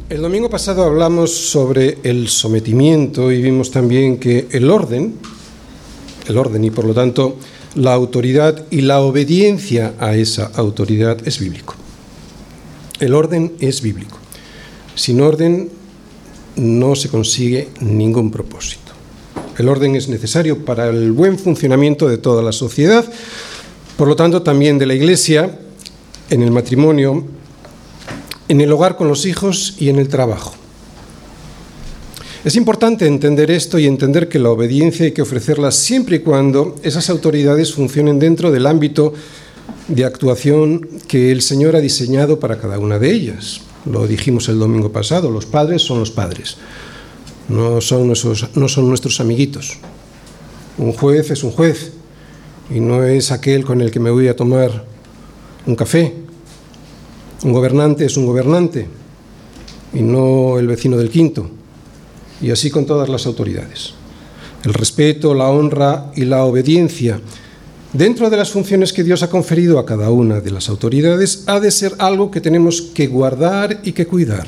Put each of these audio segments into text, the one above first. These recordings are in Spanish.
El domingo pasado hablamos sobre el sometimiento y vimos también que el orden y por lo tanto la autoridad y la obediencia a esa autoridad es bíblico. El orden es bíblico. Sin orden no se consigue ningún propósito. El orden es necesario para el buen funcionamiento de toda la sociedad, por lo tanto también de la Iglesia, en el matrimonio, en el hogar con los hijos y en el trabajo. Es importante entender esto y entender que la obediencia hay que ofrecerla siempre y cuando esas autoridades funcionen dentro del ámbito de actuación que el Señor ha diseñado para cada una de ellas. Lo dijimos el domingo pasado, los padres son los padres, no son nuestros amiguitos. Un juez es un juez y no es aquel con el que me voy a tomar un café. Un gobernante es un gobernante y no el vecino del quinto. Y así con todas las autoridades. El respeto, la honra y la obediencia dentro de las funciones que Dios ha conferido a cada una de las autoridades ha de ser algo que tenemos que guardar y que cuidar.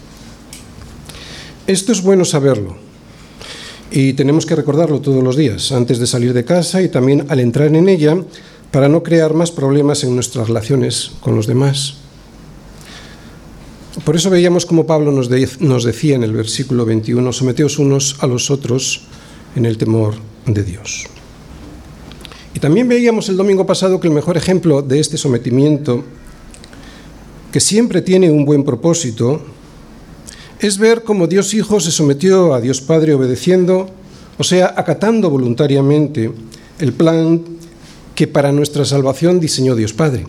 Esto es bueno saberlo y tenemos que recordarlo todos los días, antes de salir de casa y también al entrar en ella, para no crear más problemas en nuestras relaciones con los demás. Por eso veíamos como Pablo nos decía en el versículo 21, someteos unos a los otros en el temor de Dios. Y también veíamos el domingo pasado que el mejor ejemplo de este sometimiento, que siempre tiene un buen propósito, es ver cómo Dios Hijo se sometió a Dios Padre obedeciendo, o sea, acatando voluntariamente el plan que para nuestra salvación diseñó Dios Padre.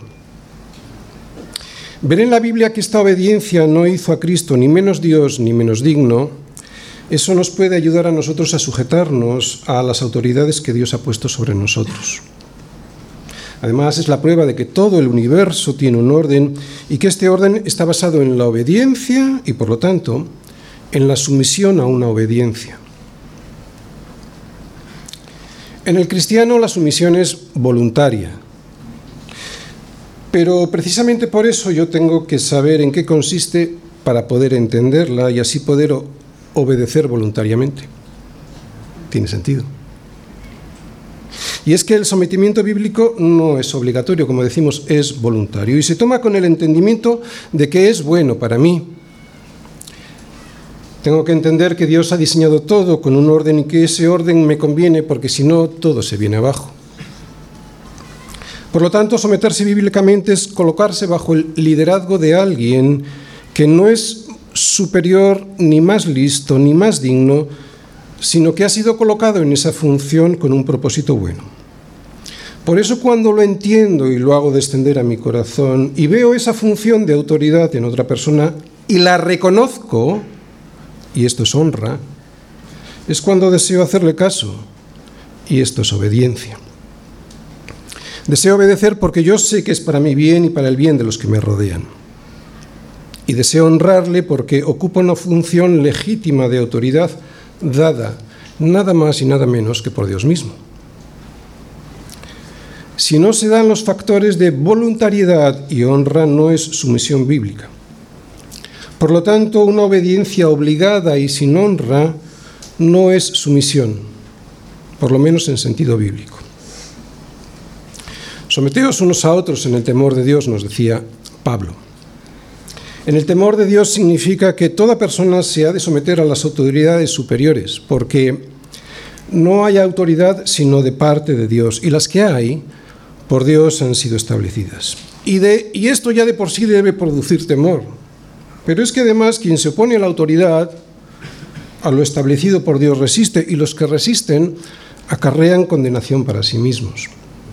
Ver en la Biblia que esta obediencia no hizo a Cristo ni menos Dios ni menos digno, eso nos puede ayudar a nosotros a sujetarnos a las autoridades que Dios ha puesto sobre nosotros. Además, es la prueba de que todo el universo tiene un orden y que este orden está basado en la obediencia y, por lo tanto, en la sumisión a una obediencia. En el cristiano la sumisión es voluntaria. Pero precisamente por eso yo tengo que saber en qué consiste para poder entenderla y así poder obedecer voluntariamente. Tiene sentido. Y es que el sometimiento bíblico no es obligatorio, como decimos, es voluntario y se toma con el entendimiento de que es bueno para mí. Tengo que entender que Dios ha diseñado todo con un orden y que ese orden me conviene porque si no, todo se viene abajo. Por lo tanto, someterse bíblicamente es colocarse bajo el liderazgo de alguien que no es superior, ni más listo, ni más digno, sino que ha sido colocado en esa función con un propósito bueno. Por eso cuando lo entiendo y lo hago descender a mi corazón y veo esa función de autoridad en otra persona y la reconozco, y esto es honra, es cuando deseo hacerle caso, y esto es obediencia. Deseo obedecer porque yo sé que es para mi bien y para el bien de los que me rodean. Y deseo honrarle porque ocupa una función legítima de autoridad dada nada más y nada menos que por Dios mismo. Si no se dan los factores de voluntariedad y honra, no es sumisión bíblica. Por lo tanto, una obediencia obligada y sin honra no es sumisión, por lo menos en sentido bíblico. Someteos unos a otros en el temor de Dios, nos decía Pablo. En el temor de Dios significa que toda persona se ha de someter a las autoridades superiores, porque no hay autoridad sino de parte de Dios, y las que hay, por Dios han sido establecidas. Y esto ya de por sí debe producir temor. Pero es que además quien se opone a la autoridad, a lo establecido por Dios, resiste, y los que resisten acarrean condenación para sí mismos.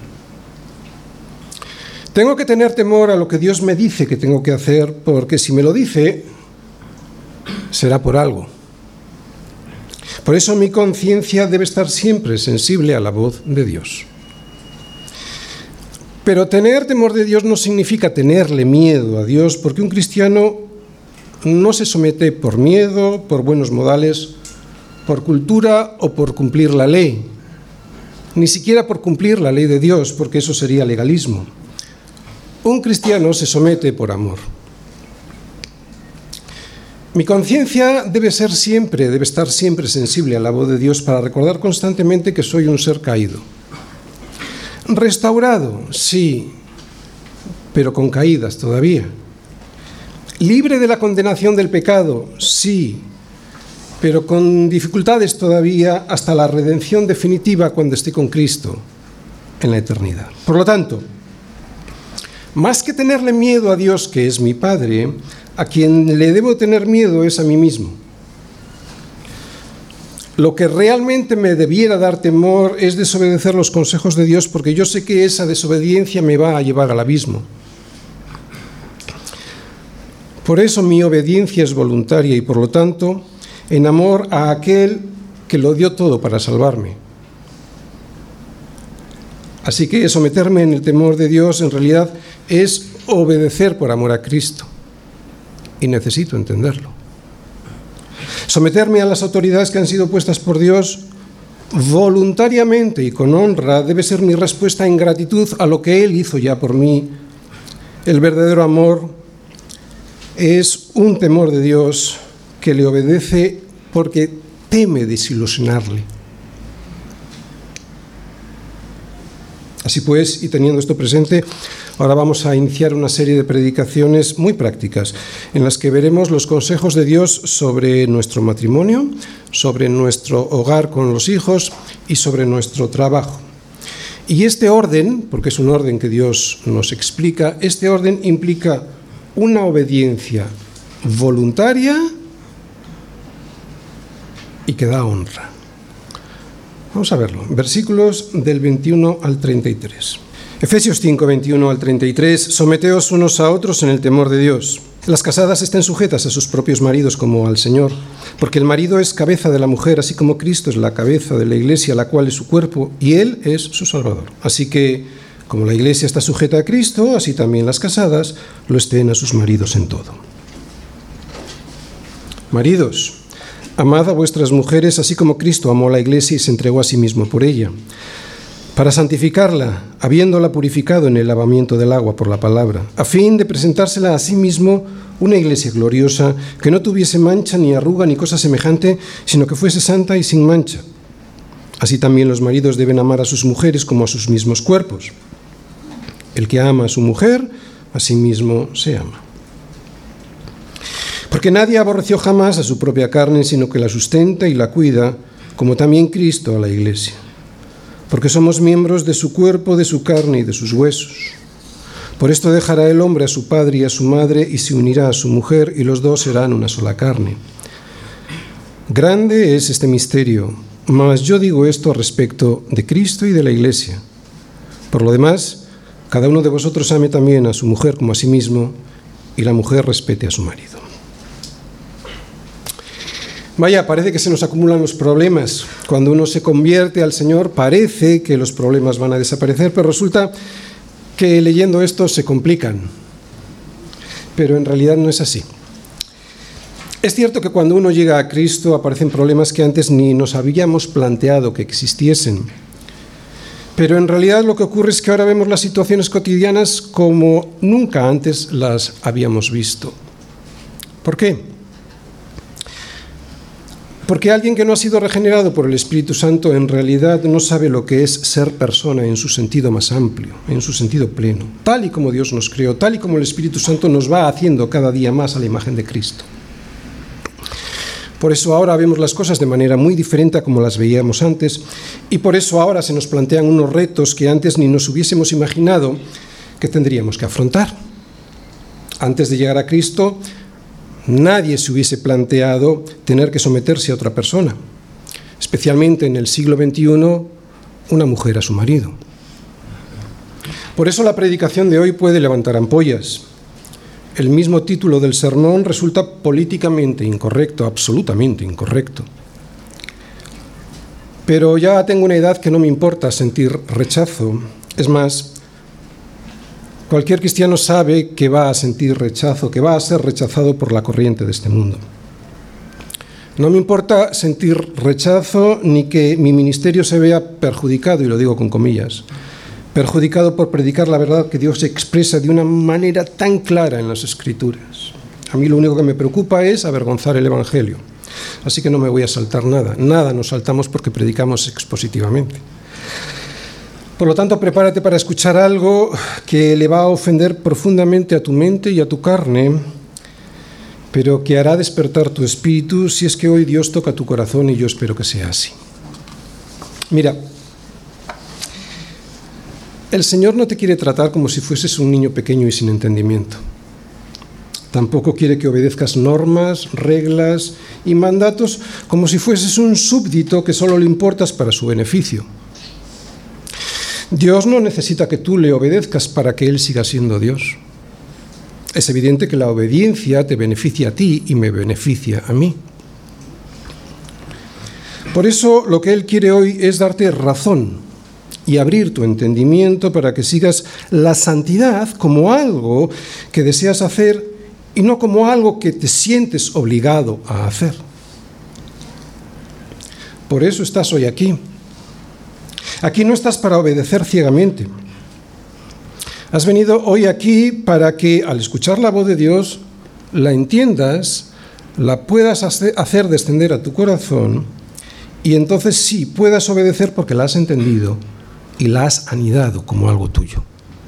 Tengo que tener temor a lo que Dios me dice que tengo que hacer, porque si me lo dice, será por algo. Por eso mi conciencia debe estar siempre sensible a la voz de Dios. Pero tener temor de Dios no significa tenerle miedo a Dios, porque un cristiano no se somete por miedo, por buenos modales, por cultura o por cumplir la ley. Ni siquiera por cumplir la ley de Dios, porque eso sería legalismo. Un cristiano se somete por amor. Mi conciencia debe estar siempre sensible a la voz de Dios para recordar constantemente que soy un ser caído. Restaurado, sí, pero con caídas todavía. Libre de la condenación del pecado, sí, pero con dificultades todavía hasta la redención definitiva cuando esté con Cristo en la eternidad. Por lo tanto, más que tenerle miedo a Dios, que es mi Padre, a quien le debo tener miedo es a mí mismo. Lo que realmente me debiera dar temor es desobedecer los consejos de Dios, porque yo sé que esa desobediencia me va a llevar al abismo. Por eso mi obediencia es voluntaria y, por lo tanto, en amor a aquel que lo dio todo para salvarme. Así que someterme en el temor de Dios en realidad es obedecer por amor a Cristo. Y necesito entenderlo. Someterme a las autoridades que han sido puestas por Dios voluntariamente y con honra debe ser mi respuesta en gratitud a lo que Él hizo ya por mí. El verdadero amor es un temor de Dios que le obedece porque teme desilusionarle. Así pues, y teniendo esto presente, ahora vamos a iniciar una serie de predicaciones muy prácticas en las que veremos los consejos de Dios sobre nuestro matrimonio, sobre nuestro hogar con los hijos y sobre nuestro trabajo. Y este orden, porque es un orden que Dios nos explica, este orden implica una obediencia voluntaria y que da honra. Vamos a verlo. Versículos del 21 al 33. Efesios 5, 21 al 33. Someteos unos a otros en el temor de Dios. Las casadas estén sujetas a sus propios maridos como al Señor, porque el marido es cabeza de la mujer, así como Cristo es la cabeza de la Iglesia, la cual es su cuerpo, y Él es su Salvador. Así que, como la Iglesia está sujeta a Cristo, así también las casadas lo estén a sus maridos en todo. Maridos, amad a vuestras mujeres, así como Cristo amó a la Iglesia y se entregó a sí mismo por ella, para santificarla, habiéndola purificado en el lavamiento del agua por la palabra, a fin de presentársela a sí mismo una Iglesia gloriosa, que no tuviese mancha, ni arruga, ni cosa semejante, sino que fuese santa y sin mancha. Así también los maridos deben amar a sus mujeres como a sus mismos cuerpos. El que ama a su mujer, a sí mismo se ama. Porque nadie aborreció jamás a su propia carne, sino que la sustenta y la cuida, como también Cristo a la Iglesia. Porque somos miembros de su cuerpo, de su carne y de sus huesos. Por esto dejará el hombre a su padre y a su madre, y se unirá a su mujer, y los dos serán una sola carne. Grande es este misterio, mas yo digo esto respecto de Cristo y de la Iglesia. Por lo demás, cada uno de vosotros ame también a su mujer como a sí mismo, y la mujer respete a su marido. Vaya, parece que se nos acumulan los problemas. Cuando uno se convierte al Señor, parece que los problemas van a desaparecer, pero resulta que leyendo esto se complican. Pero en realidad no es así. Es cierto que cuando uno llega a Cristo aparecen problemas que antes ni nos habíamos planteado que existiesen. Pero en realidad lo que ocurre es que ahora vemos las situaciones cotidianas como nunca antes las habíamos visto. ¿Por qué? Porque alguien que no ha sido regenerado por el Espíritu Santo en realidad no sabe lo que es ser persona en su sentido más amplio, en su sentido pleno, tal y como Dios nos creó, tal y como el Espíritu Santo nos va haciendo cada día más a la imagen de Cristo. Por eso ahora vemos las cosas de manera muy diferente a como las veíamos antes, y por eso ahora se nos plantean unos retos que antes ni nos hubiésemos imaginado que tendríamos que afrontar. Antes de llegar a Cristo, nadie se hubiese planteado tener que someterse a otra persona, especialmente en el siglo XXI, una mujer a su marido. Por eso la predicación de hoy puede levantar ampollas. El mismo título del sermón resulta políticamente incorrecto, absolutamente incorrecto. Pero ya tengo una edad que no me importa sentir rechazo. Es más, cualquier cristiano sabe que va a sentir rechazo, que va a ser rechazado por la corriente de este mundo. No me importa sentir rechazo ni que mi ministerio se vea perjudicado, y lo digo con comillas, perjudicado por predicar la verdad que Dios expresa de una manera tan clara en las Escrituras. A mí lo único que me preocupa es avergonzar el Evangelio. Así que no me voy a saltar nada. Nada nos saltamos porque predicamos expositivamente. Por lo tanto, prepárate para escuchar algo que le va a ofender profundamente a tu mente y a tu carne, pero que hará despertar tu espíritu si es que hoy Dios toca tu corazón, y yo espero que sea así. Mira, el Señor no te quiere tratar como si fueses un niño pequeño y sin entendimiento. Tampoco quiere que obedezcas normas, reglas y mandatos como si fueses un súbdito que solo le importas para su beneficio. Dios no necesita que tú le obedezcas para que Él siga siendo Dios. Es evidente que la obediencia te beneficia a ti y me beneficia a mí. Por eso lo que Él quiere hoy es darte razón y abrir tu entendimiento para que sigas la santidad como algo que deseas hacer y no como algo que te sientes obligado a hacer. Por eso estás hoy aquí. Aquí no estás para obedecer ciegamente. Has venido hoy aquí para que, al escuchar la voz de Dios, la entiendas, la puedas hacer descender a tu corazón y entonces sí puedas obedecer porque la has entendido y la has anidado como algo tuyo.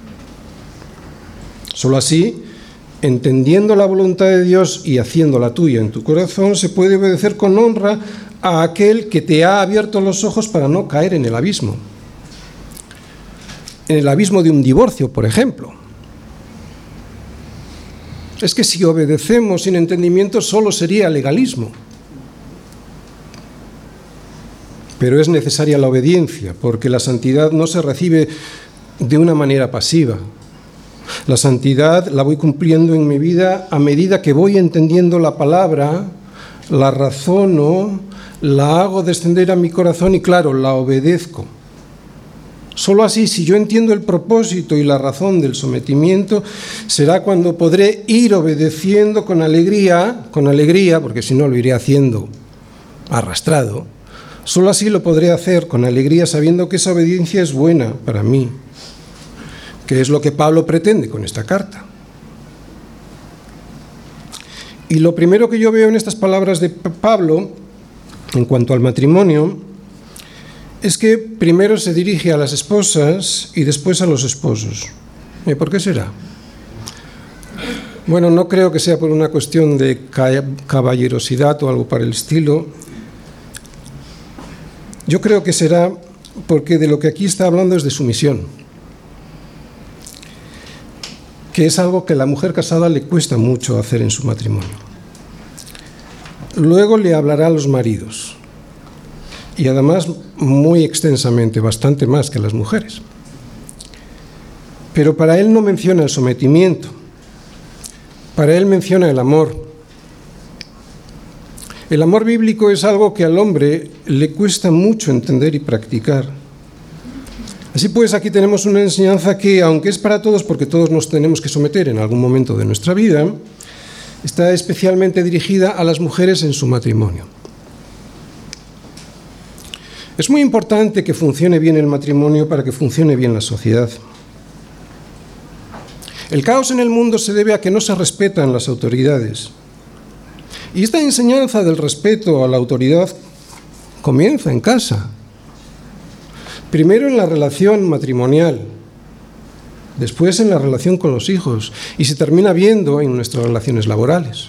Solo así, entendiendo la voluntad de Dios y haciéndola tuya en tu corazón, se puede obedecer con honra a aquel que te ha abierto los ojos para no caer en el abismo. En el abismo de un divorcio, por ejemplo. Es que si obedecemos sin entendimiento solo sería legalismo. Pero es necesaria la obediencia, porque la santidad no se recibe de una manera pasiva. La santidad la voy cumpliendo en mi vida a medida que voy entendiendo la palabra, la razono, la hago descender a mi corazón y, claro, la obedezco. Solo así, si yo entiendo el propósito y la razón del sometimiento, será cuando podré ir obedeciendo con alegría, porque si no lo iré haciendo arrastrado. Solo así lo podré hacer con alegría, sabiendo que esa obediencia es buena para mí, que es lo que Pablo pretende con esta carta. Y lo primero que yo veo en estas palabras de Pablo, en cuanto al matrimonio, es que primero se dirige a las esposas y después a los esposos. ¿Y por qué será? Bueno, no creo que sea por una cuestión de caballerosidad o algo para el estilo. Yo creo que será porque de lo que aquí está hablando es de sumisión, que es algo que a la mujer casada le cuesta mucho hacer en su matrimonio. Luego le hablará a los maridos, y además muy extensamente, bastante más que a las mujeres. Pero para él no menciona el sometimiento, para él menciona el amor. El amor bíblico es algo que al hombre le cuesta mucho entender y practicar. Así pues, aquí tenemos una enseñanza que, aunque es para todos, porque todos nos tenemos que someter en algún momento de nuestra vida, está especialmente dirigida a las mujeres en su matrimonio. Es muy importante que funcione bien el matrimonio para que funcione bien la sociedad. El caos en el mundo se debe a que no se respetan las autoridades. Y esta enseñanza del respeto a la autoridad comienza en casa. Primero en la relación matrimonial, después en la relación con los hijos y se termina viendo en nuestras relaciones laborales.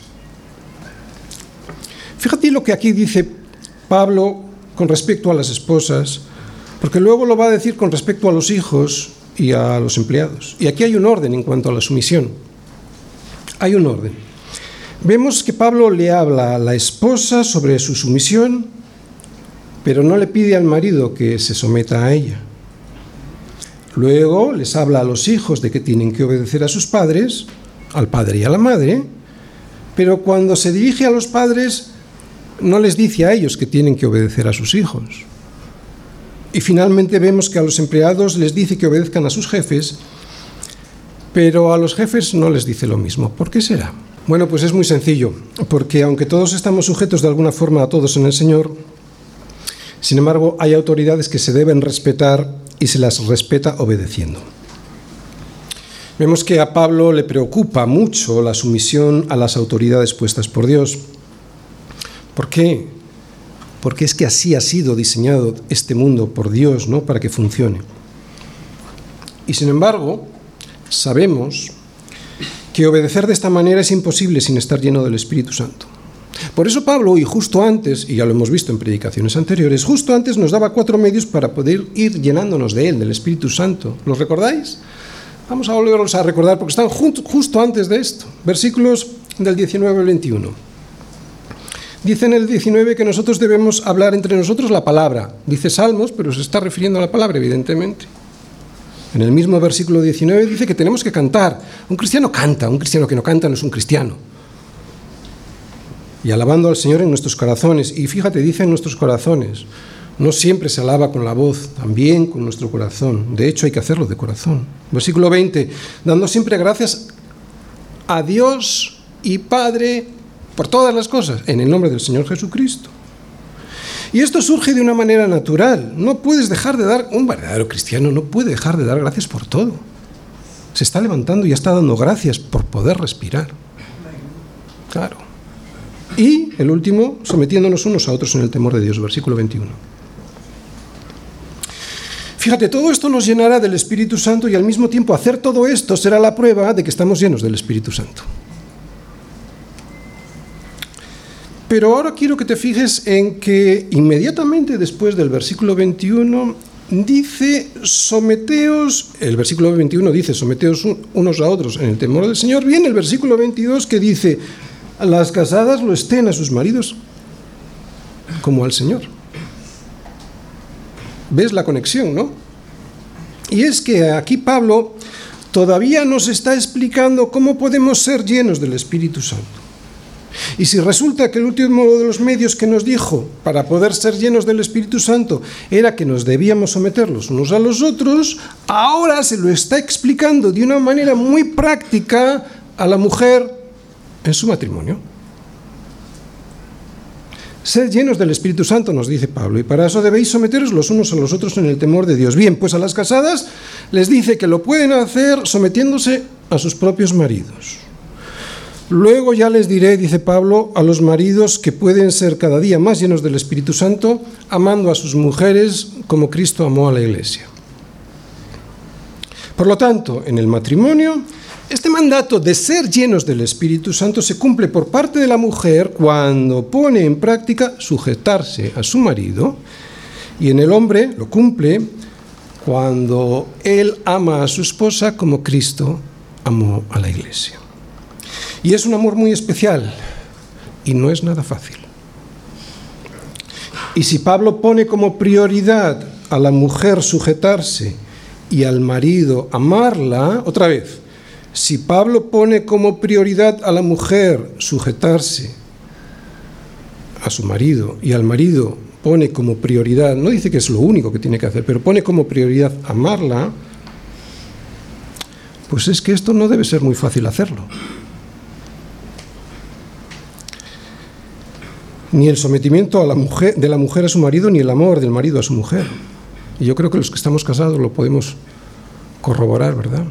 Fíjate lo que aquí dice Pablo con respecto a las esposas, porque luego lo va a decir con respecto a los hijos y a los empleados. Y aquí hay un orden en cuanto a la sumisión. Hay un orden. Vemos que Pablo le habla a la esposa sobre su sumisión, pero no le pide al marido que se someta a ella. Luego les habla a los hijos de que tienen que obedecer a sus padres, al padre y a la madre, pero cuando se dirige a los padres no les dice a ellos que tienen que obedecer a sus hijos. Y finalmente vemos que a los empleados les dice que obedezcan a sus jefes, pero a los jefes no les dice lo mismo. ¿Por qué será? Bueno, pues es muy sencillo, porque aunque todos estamos sujetos de alguna forma a todos en el Señor, sin embargo hay autoridades que se deben respetar y se las respeta obedeciendo. Vemos que a Pablo le preocupa mucho la sumisión a las autoridades puestas por Dios. ¿Por qué? Porque es que así ha sido diseñado este mundo por Dios, ¿no?, para que funcione. Y sin embargo, sabemos que obedecer de esta manera es imposible sin estar lleno del Espíritu Santo. Por eso Pablo, y justo antes, y ya lo hemos visto en predicaciones anteriores, justo antes nos daba 4 medios para poder ir llenándonos de él, del Espíritu Santo. ¿Los recordáis? Vamos a volverlos a recordar porque están justo antes de esto. Versículos del 19 al 21. Dice en el 19 que nosotros debemos hablar entre nosotros la palabra. Dice Salmos, pero se está refiriendo a la palabra, evidentemente. En el mismo versículo 19 dice que tenemos que cantar. Un cristiano canta, un cristiano que no canta no es un cristiano. Y alabando al Señor en nuestros corazones. Y fíjate, dice en nuestros corazones. No siempre se alaba con la voz, también con nuestro corazón. De hecho, hay que hacerlo de corazón. Versículo 20. Dando siempre gracias a Dios y Padre por todas las cosas, en el nombre del Señor Jesucristo. Y esto surge de una manera natural. No puedes dejar de dar, un verdadero cristiano no puede dejar de dar gracias por todo. Se está levantando y está dando gracias por poder respirar. Claro. Y, el último, sometiéndonos unos a otros en el temor de Dios, versículo 21. Fíjate, todo esto nos llenará del Espíritu Santo y al mismo tiempo hacer todo esto será la prueba de que estamos llenos del Espíritu Santo. Pero ahora quiero que te fijes en que inmediatamente después del versículo 21 dice, someteos, el versículo 21 dice, someteos unos a otros en el temor del Señor. Viene el versículo 22 que dice, las casadas lo estén a sus maridos como al Señor. ¿Ves la conexión, no? Y es que aquí Pablo todavía nos está explicando cómo podemos ser llenos del Espíritu Santo. Y si resulta que el último de los medios que nos dijo para poder ser llenos del Espíritu Santo era que nos debíamos someter los unos a los otros, ahora se lo está explicando de una manera muy práctica a la mujer en su matrimonio. Sed llenos del Espíritu Santo, nos dice Pablo, y para eso debéis someteros los unos a los otros en el temor de Dios. Bien, pues a las casadas les dice que lo pueden hacer sometiéndose a sus propios maridos. Luego ya les diré, dice Pablo, a los maridos que pueden ser cada día más llenos del Espíritu Santo, amando a sus mujeres como Cristo amó a la Iglesia. Por lo tanto, en el matrimonio, este mandato de ser llenos del Espíritu Santo se cumple por parte de la mujer cuando pone en práctica sujetarse a su marido, y en el hombre lo cumple cuando él ama a su esposa como Cristo amó a la Iglesia. Y es un amor muy especial y no es nada fácil. Y si Pablo pone como prioridad a la mujer sujetarse y al marido amarla, otra vez, si Pablo pone como prioridad a la mujer sujetarse a su marido y al marido pone como prioridad, no dice que es lo único que tiene que hacer, pero pone como prioridad amarla, pues es que esto no debe ser muy fácil hacerlo. Ni el sometimiento de la mujer a su marido, ni el amor del marido a su mujer. Y yo creo que los que estamos casados lo podemos corroborar, ¿verdad?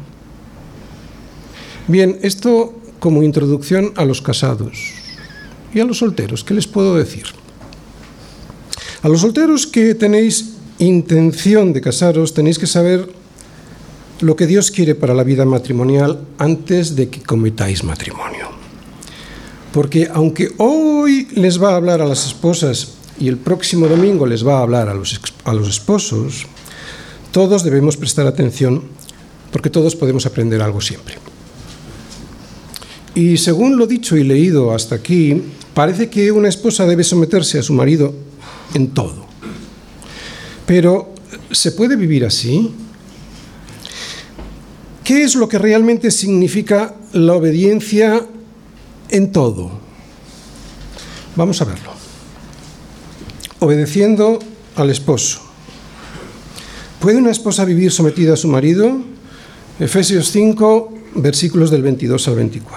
Bien, esto como introducción a los casados. Y a los solteros, ¿qué les puedo decir? A los solteros que tenéis intención de casaros, tenéis que saber lo que Dios quiere para la vida matrimonial antes de que cometáis matrimonio. Porque aunque hoy les va a hablar a las esposas y el próximo domingo les va a hablar a los esposos, todos debemos prestar atención porque todos podemos aprender algo siempre. Y según lo dicho y leído hasta aquí, parece que una esposa debe someterse a su marido en todo. Pero, ¿se puede vivir así? ¿Qué es lo que realmente significa la obediencia en todo? Vamos a verlo. Obedeciendo al esposo. ¿Puede una esposa vivir sometida a su marido? Efesios 5, versículos del 22 al 24.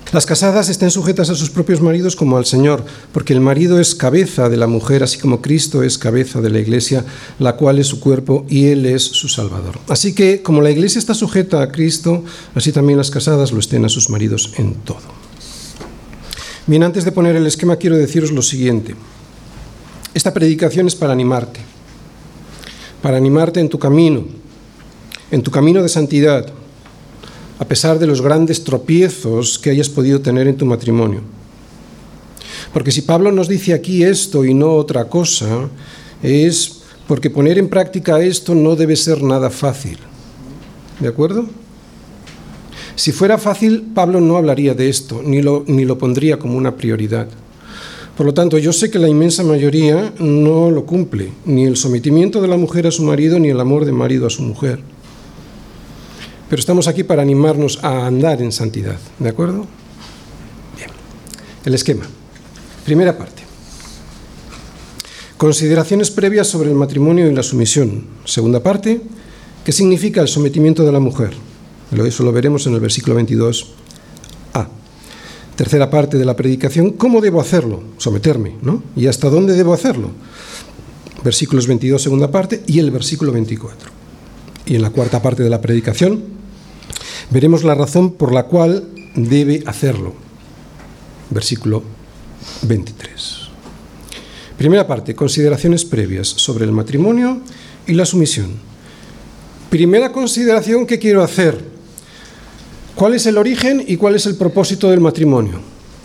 Las casadas estén sujetas a sus propios maridos como al Señor, porque el marido es cabeza de la mujer, así como Cristo es cabeza de la Iglesia, la cual es su cuerpo y Él es su Salvador. Así que, como la Iglesia está sujeta a Cristo, así también las casadas lo estén a sus maridos en todo. Bien, antes de poner el esquema, quiero deciros lo siguiente. Esta predicación es para animarte en tu camino de santidad, a pesar de los grandes tropiezos que hayas podido tener en tu matrimonio. Porque si Pablo nos dice aquí esto y no otra cosa, es porque poner en práctica esto no debe ser nada fácil. ¿De acuerdo? Si fuera fácil, Pablo no hablaría de esto, ni lo pondría como una prioridad. Por lo tanto, yo sé que la inmensa mayoría no lo cumple, ni el sometimiento de la mujer a su marido, ni el amor del marido a su mujer. Pero estamos aquí para animarnos a andar en santidad, ¿de acuerdo? Bien, el esquema. Primera parte. Consideraciones previas sobre el matrimonio y la sumisión. Segunda parte, ¿qué significa el sometimiento de la mujer? Eso lo veremos en el versículo 22a. Tercera parte de la predicación, ¿cómo debo hacerlo? Someterme, ¿no? ¿Y hasta dónde debo hacerlo? Versículos 22, segunda parte, y el versículo 24. Y en la cuarta parte de la predicación veremos la razón por la cual debe hacerlo. Versículo 23. Primera parte, consideraciones previas sobre el matrimonio y la sumisión. Primera consideración que quiero hacer. ¿Cuál es el origen y cuál es el propósito del matrimonio?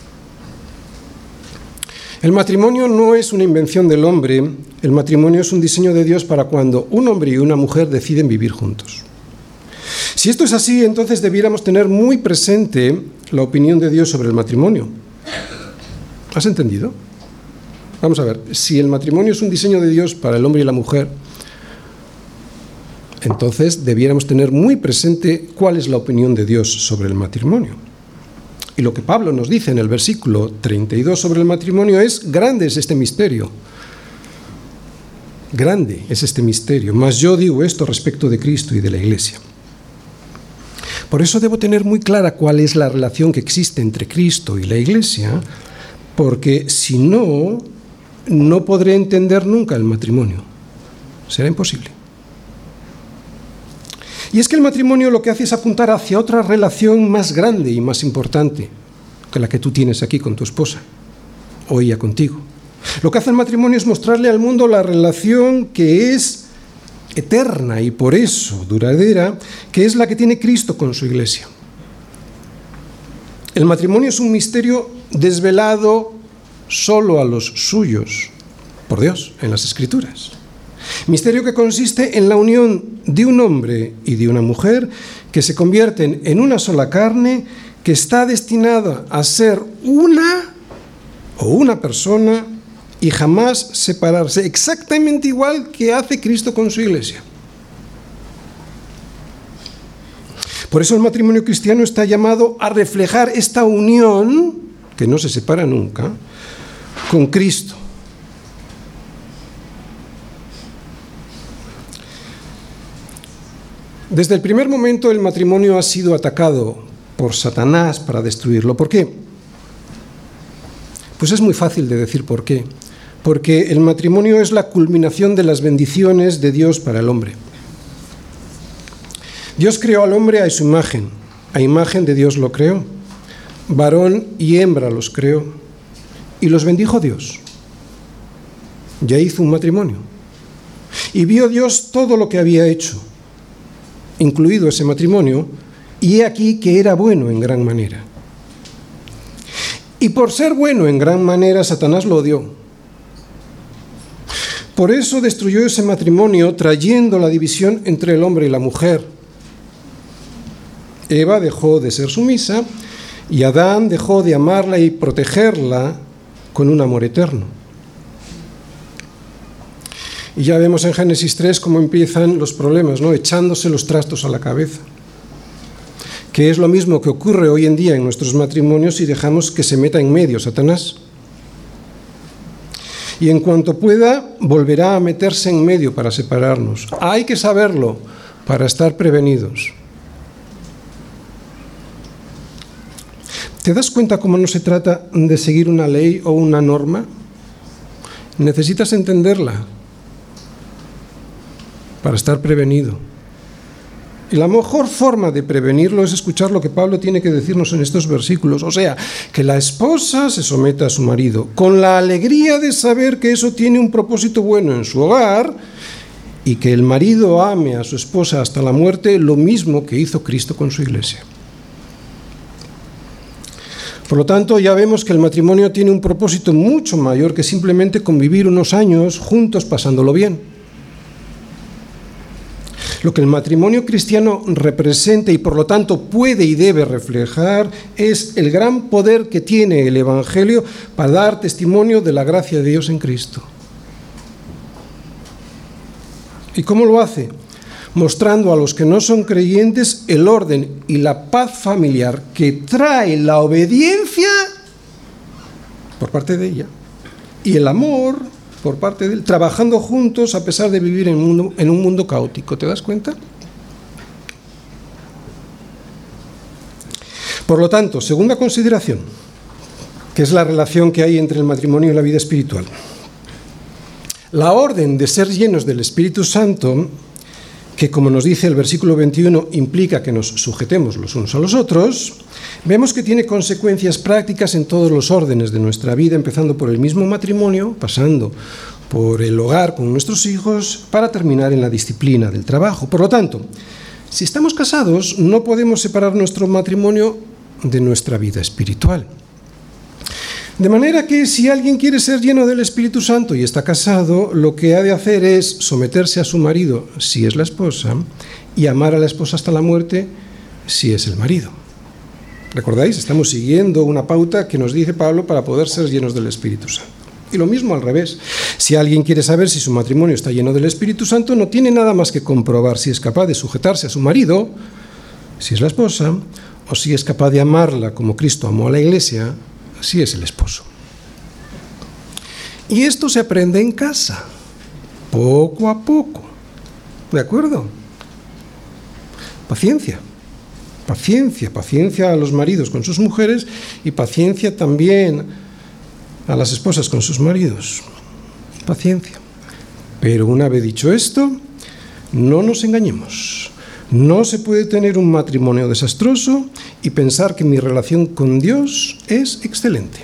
El matrimonio no es una invención del hombre, el matrimonio es un diseño de Dios para cuando un hombre y una mujer deciden vivir juntos. Si esto es así, entonces debiéramos tener muy presente la opinión de Dios sobre el matrimonio. ¿Has entendido? Vamos a ver, si el matrimonio es un diseño de Dios para el hombre y la mujer, entonces debiéramos tener muy presente cuál es la opinión de Dios sobre el matrimonio. Y lo que Pablo nos dice en el versículo 32 sobre el matrimonio es: grande es este misterio. Grande es este misterio, mas yo digo esto respecto de Cristo y de la Iglesia. Por eso debo tener muy clara cuál es la relación que existe entre Cristo y la Iglesia, porque si no, no podré entender nunca el matrimonio. Será imposible. Y es que el matrimonio lo que hace es apuntar hacia otra relación más grande y más importante que la que tú tienes aquí con tu esposa, o ella contigo. Lo que hace el matrimonio es mostrarle al mundo la relación que es eterna y por eso duradera, que es la que tiene Cristo con su Iglesia. El matrimonio es un misterio desvelado solo a los suyos, por Dios, en las Escrituras. Misterio que consiste en la unión de un hombre y de una mujer que se convierten en una sola carne, que está destinada a ser una persona y jamás separarse, exactamente igual que hace Cristo con su Iglesia. Por eso el matrimonio cristiano está llamado a reflejar esta unión, que no se separa nunca, con Cristo. Desde el primer momento el matrimonio ha sido atacado por Satanás para destruirlo. ¿Por qué? Pues es muy fácil de decir por qué. Porque el matrimonio es la culminación de las bendiciones de Dios para el hombre. Dios creó al hombre a su imagen. A imagen de Dios lo creó. Varón y hembra los creó. Y los bendijo Dios. Ya hizo un matrimonio. Y vio Dios todo lo que había hecho, incluido ese matrimonio, y he aquí que era bueno en gran manera. Y por ser bueno en gran manera, Satanás lo odió. Por eso destruyó ese matrimonio, trayendo la división entre el hombre y la mujer. Eva dejó de ser sumisa y Adán dejó de amarla y protegerla con un amor eterno. Y ya vemos en Génesis 3 cómo empiezan los problemas, ¿no? Echándose los trastos a la cabeza. Que es lo mismo que ocurre hoy en día en nuestros matrimonios si dejamos que se meta en medio Satanás. Y en cuanto pueda, volverá a meterse en medio para separarnos. Hay que saberlo para estar prevenidos. ¿Te das cuenta cómo no se trata de seguir una ley o una norma? Necesitas entenderla para estar prevenido. Y la mejor forma de prevenirlo es escuchar lo que Pablo tiene que decirnos en estos versículos. O sea, que la esposa se someta a su marido, con la alegría de saber que eso tiene un propósito bueno en su hogar, y que el marido ame a su esposa hasta la muerte, lo mismo que hizo Cristo con su iglesia. Por lo tanto, ya vemos que el matrimonio tiene un propósito mucho mayor que simplemente convivir unos años juntos pasándolo bien. Lo que el matrimonio cristiano representa y por lo tanto puede y debe reflejar es el gran poder que tiene el Evangelio para dar testimonio de la gracia de Dios en Cristo. ¿Y cómo lo hace? Mostrando a los que no son creyentes el orden y la paz familiar que trae la obediencia por parte de ella y el amor por parte de él, trabajando juntos a pesar de vivir en un mundo caótico. ¿Te das cuenta? Por lo tanto, segunda consideración, que es la relación que hay entre el matrimonio y la vida espiritual. La orden de ser llenos del Espíritu Santo, que como nos dice el versículo 21, implica que nos sujetemos los unos a los otros, vemos que tiene consecuencias prácticas en todos los órdenes de nuestra vida, empezando por el mismo matrimonio, pasando por el hogar con nuestros hijos, para terminar en la disciplina del trabajo. Por lo tanto, si estamos casados, no podemos separar nuestro matrimonio de nuestra vida espiritual. De manera que si alguien quiere ser lleno del Espíritu Santo y está casado, lo que ha de hacer es someterse a su marido, si es la esposa, y amar a la esposa hasta la muerte, si es el marido. ¿Recordáis? Estamos siguiendo una pauta que nos dice Pablo para poder ser llenos del Espíritu Santo. Y lo mismo al revés. Si alguien quiere saber si su matrimonio está lleno del Espíritu Santo, no tiene nada más que comprobar si es capaz de sujetarse a su marido, si es la esposa, o si es capaz de amarla como Cristo amó a la iglesia, si es el esposo. Y esto se aprende en casa, poco a poco. ¿De acuerdo? Paciencia. Paciencia a los maridos con sus mujeres y paciencia también a las esposas con sus maridos. Paciencia. Pero una vez dicho esto, no nos engañemos. No se puede tener un matrimonio desastroso y pensar que mi relación con Dios es excelente.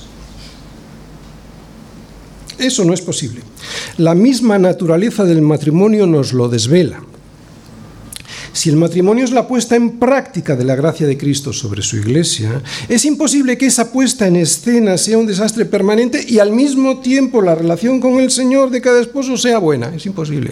Eso no es posible. La misma naturaleza del matrimonio nos lo desvela. Si el matrimonio es la puesta en práctica de la gracia de Cristo sobre su iglesia, es imposible que esa puesta en escena sea un desastre permanente y al mismo tiempo la relación con el Señor de cada esposo sea buena. Es imposible.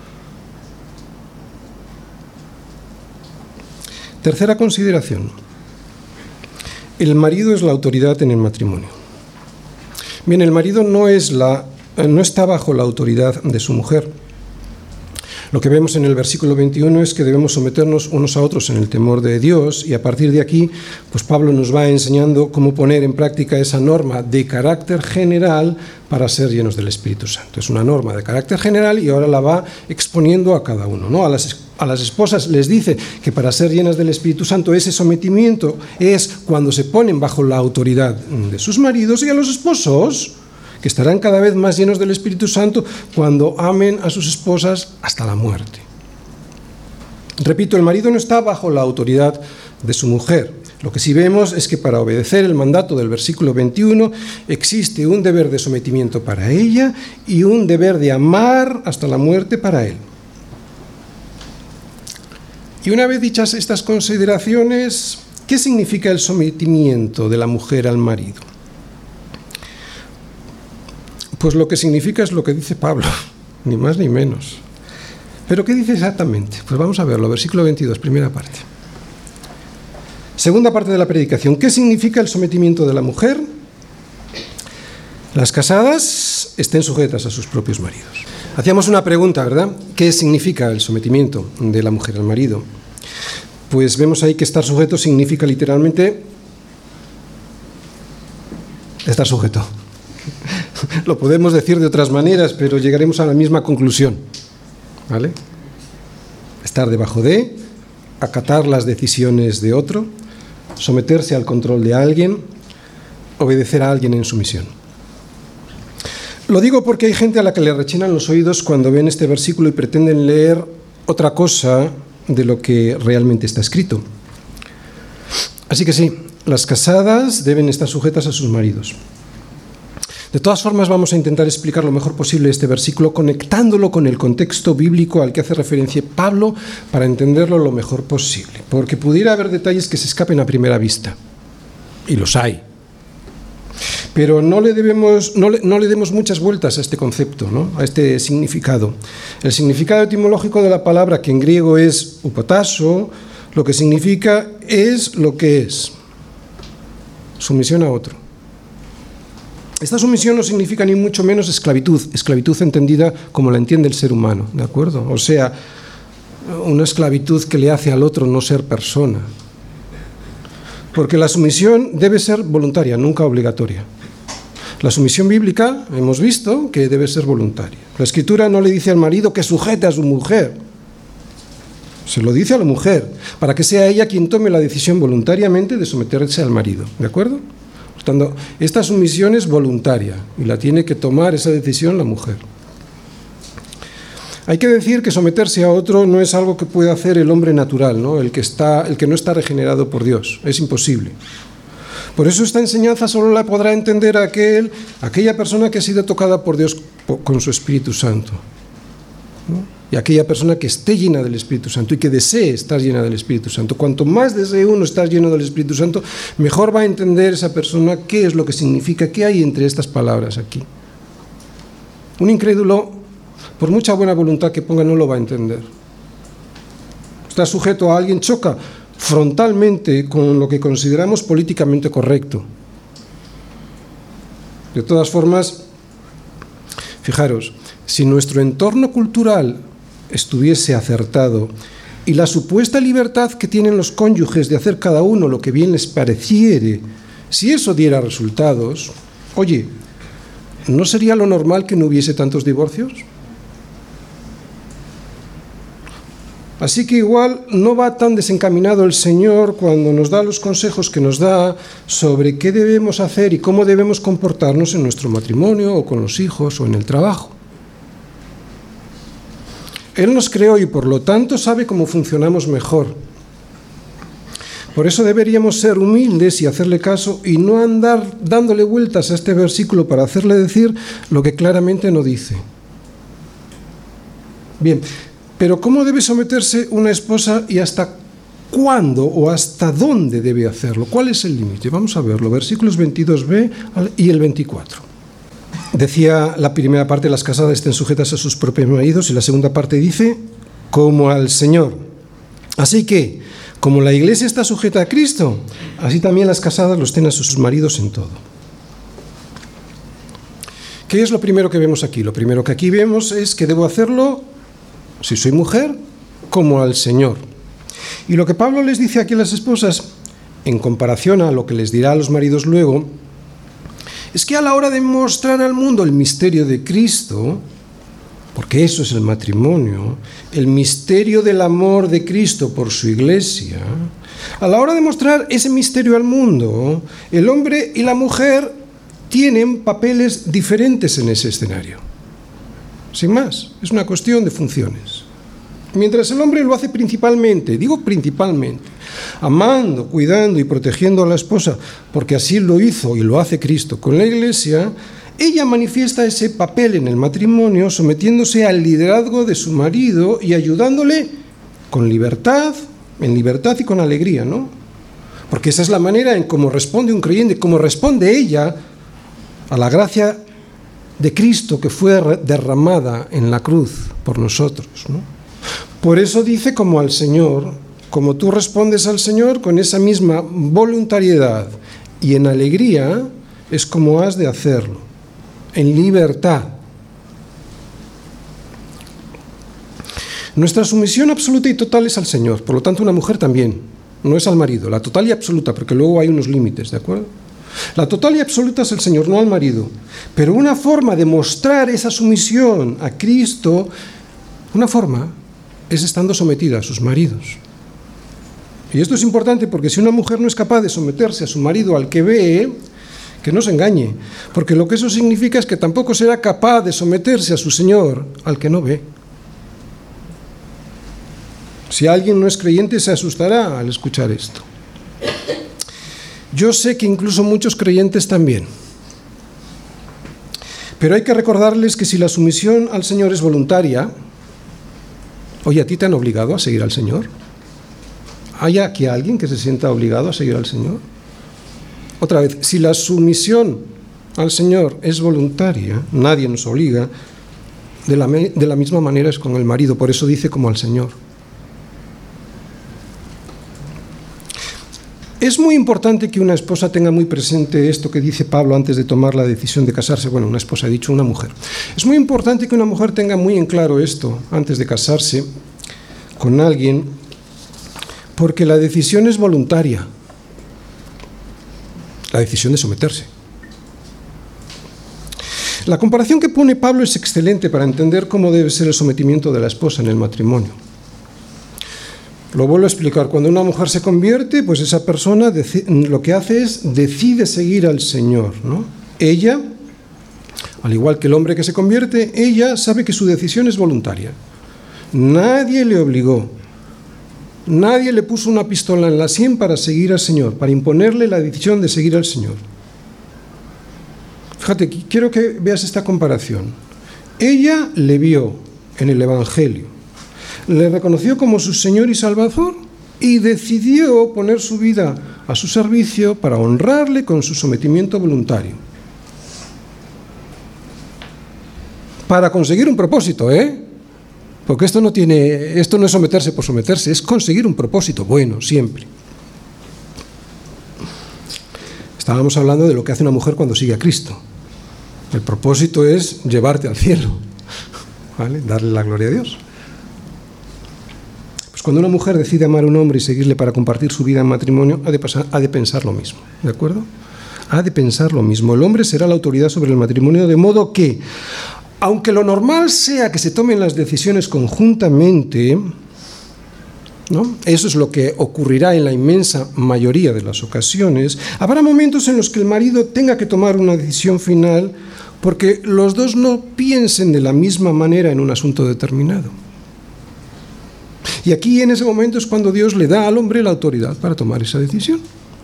Tercera consideración. El marido es la autoridad en el matrimonio. Bien, el marido no está bajo la autoridad de su mujer. Lo que vemos en el versículo 21 es que debemos someternos unos a otros en el temor de Dios, y a partir de aquí, pues Pablo nos va enseñando cómo poner en práctica esa norma de carácter general para ser llenos del Espíritu Santo. Es una norma de carácter general y ahora la va exponiendo a cada uno, ¿no? A las esposas les dice que para ser llenas del Espíritu Santo ese sometimiento es cuando se ponen bajo la autoridad de sus maridos, y a los esposos que estarán cada vez más llenos del Espíritu Santo cuando amen a sus esposas hasta la muerte. Repito, el marido no está bajo la autoridad de su mujer. Lo que sí vemos es que para obedecer el mandato del versículo 21 existe un deber de sometimiento para ella y un deber de amar hasta la muerte para él. Y una vez dichas estas consideraciones, ¿qué significa el sometimiento de la mujer al marido? Pues lo que significa es lo que dice Pablo, ni más ni menos. ¿Pero qué dice exactamente? Pues vamos a verlo, versículo 22, primera parte. Segunda parte de la predicación. ¿Qué significa el sometimiento de la mujer? Las casadas estén sujetas a sus propios maridos. Hacíamos una pregunta, ¿verdad? ¿Qué significa el sometimiento de la mujer al marido? Pues vemos ahí que estar sujeto significa literalmente estar sujeto. Lo podemos decir de otras maneras, pero llegaremos a la misma conclusión, ¿vale? Estar debajo de, acatar las decisiones de otro, someterse al control de alguien, obedecer a alguien en sumisión. Lo digo porque hay gente a la que le rechinan los oídos cuando ven este versículo y pretenden leer otra cosa de lo que realmente está escrito. Así que sí, las casadas deben estar sujetas a sus maridos. De todas formas, vamos a intentar explicar lo mejor posible este versículo, conectándolo con el contexto bíblico al que hace referencia Pablo para entenderlo lo mejor posible, porque pudiera haber detalles que se escapen a primera vista, y los hay. Pero no le demos muchas vueltas a este concepto, ¿no? A este significado. El significado etimológico de la palabra, que en griego es upotasso, lo que significa es lo que es. Sumisión a otro. Esta sumisión no significa ni mucho menos esclavitud entendida como la entiende el ser humano, ¿de acuerdo? O sea, una esclavitud que le hace al otro no ser persona. Porque la sumisión debe ser voluntaria, nunca obligatoria. La sumisión bíblica, hemos visto, que debe ser voluntaria. La Escritura no le dice al marido que sujete a su mujer. Se lo dice a la mujer, para que sea ella quien tome la decisión voluntariamente de someterse al marido, ¿de acuerdo? Por tanto, esta sumisión es voluntaria y la tiene que tomar esa decisión la mujer. Hay que decir que someterse a otro no es algo que pueda hacer el hombre natural, ¿no? El que no está regenerado por Dios. Es imposible. Por eso esta enseñanza solo la podrá entender aquella persona que ha sido tocada por Dios con su Espíritu Santo, ¿no? Y aquella persona que esté llena del Espíritu Santo y que desee estar llena del Espíritu Santo. Cuanto más desee uno estar lleno del Espíritu Santo, mejor va a entender esa persona qué es lo que significa, qué hay entre estas palabras aquí. Un incrédulo, por mucha buena voluntad que ponga, no lo va a entender. Está sujeto a alguien, choca frontalmente con lo que consideramos políticamente correcto. De todas formas, fijaros, si nuestro entorno cultural estuviese acertado y la supuesta libertad que tienen los cónyuges de hacer cada uno lo que bien les pareciere, si eso diera resultados, oye, ¿no sería lo normal que no hubiese tantos divorcios? Así que igual no va tan desencaminado el Señor cuando nos da los consejos que nos da sobre qué debemos hacer y cómo debemos comportarnos en nuestro matrimonio o con los hijos o en el trabajo. Él nos creó y por lo tanto sabe cómo funcionamos mejor. Por eso deberíamos ser humildes y hacerle caso y no andar dándole vueltas a este versículo para hacerle decir lo que claramente no dice. Bien, pero ¿cómo debe someterse una esposa y hasta cuándo o hasta dónde debe hacerlo? ¿Cuál es el límite? Vamos a verlo, versículos 22b y el 24. Decía la primera parte, las casadas estén sujetas a sus propios maridos, y la segunda parte dice, como al Señor. Así que, como la Iglesia está sujeta a Cristo, así también las casadas lo estén a sus maridos en todo. ¿Qué es lo primero que vemos aquí? Lo primero que aquí vemos es que debo hacerlo, si soy mujer, como al Señor. Y lo que Pablo les dice aquí a las esposas, en comparación a lo que les dirá a los maridos luego, es que a la hora de mostrar al mundo el misterio de Cristo, porque eso es el matrimonio, el misterio del amor de Cristo por su Iglesia, a la hora de mostrar ese misterio al mundo, el hombre y la mujer tienen papeles diferentes en ese escenario. Sin más, es una cuestión de funciones. Mientras el hombre lo hace principalmente, amando, cuidando y protegiendo a la esposa, porque así lo hizo y lo hace Cristo con la Iglesia, ella manifiesta ese papel en el matrimonio sometiéndose al liderazgo de su marido y ayudándole con libertad, en libertad y con alegría, ¿no? Porque esa es la manera en cómo responde un creyente, cómo responde ella a la gracia de Cristo que fue derramada en la cruz por nosotros, ¿no? Por eso dice como al Señor, como tú respondes al Señor con esa misma voluntariedad y en alegría, es como has de hacerlo, en libertad. Nuestra sumisión absoluta y total es al Señor, por lo tanto una mujer también, no es al marido, la total y absoluta, porque luego hay unos límites, ¿de acuerdo? La total y absoluta es al Señor, no al marido. Pero una forma de mostrar esa sumisión a Cristo, una forma es estando sometida a sus maridos. Y esto es importante porque si una mujer no es capaz de someterse a su marido al que ve, que no se engañe, porque lo que eso significa es que tampoco será capaz de someterse a su Señor al que no ve. Si alguien no es creyente, se asustará al escuchar esto. Yo sé que incluso muchos creyentes también. Pero hay que recordarles que si la sumisión al Señor es voluntaria, oye, ¿a ti te han obligado a seguir al Señor? ¿Hay aquí alguien que se sienta obligado a seguir al Señor? Otra vez, si la sumisión al Señor es voluntaria, nadie nos obliga, de la misma manera es con el marido, por eso dice como al Señor. Es muy importante que una esposa tenga muy presente esto que dice Pablo antes de tomar la decisión de casarse. Bueno, una esposa, he dicho una mujer. Es muy importante que una mujer tenga muy en claro esto antes de casarse con alguien, porque la decisión es voluntaria. La decisión de someterse. La comparación que pone Pablo es excelente para entender cómo debe ser el sometimiento de la esposa en el matrimonio. Lo vuelvo a explicar. Cuando una mujer se convierte, pues esa persona lo que hace es decide seguir al Señor, ¿no? Ella, al igual que el hombre que se convierte, ella sabe que su decisión es voluntaria. Nadie le obligó. Nadie le puso una pistola en la sien para seguir al Señor, para imponerle la decisión de seguir al Señor. Fíjate, quiero que veas esta comparación. Ella le vio en el Evangelio, le reconoció como su Señor y Salvador y decidió poner su vida a su servicio para honrarle con su sometimiento voluntario. Para conseguir un propósito, Porque esto no es someterse por someterse, es conseguir un propósito bueno, siempre. Estábamos hablando de lo que hace una mujer cuando sigue a Cristo. El propósito es llevarte al cielo, ¿vale? Darle la gloria a Dios. Pues cuando una mujer decide amar a un hombre y seguirle para compartir su vida en matrimonio, ha de pensar lo mismo, ¿de acuerdo? Ha de pensar lo mismo. El hombre será la autoridad sobre el matrimonio, de modo que, aunque lo normal sea que se tomen las decisiones conjuntamente, ¿no? Eso es lo que ocurrirá en la inmensa mayoría de las ocasiones, habrá momentos en los que el marido tenga que tomar una decisión final porque los dos no piensen de la misma manera en un asunto determinado. Y aquí en ese momento es cuando Dios le da al hombre la autoridad para tomar esa decisión.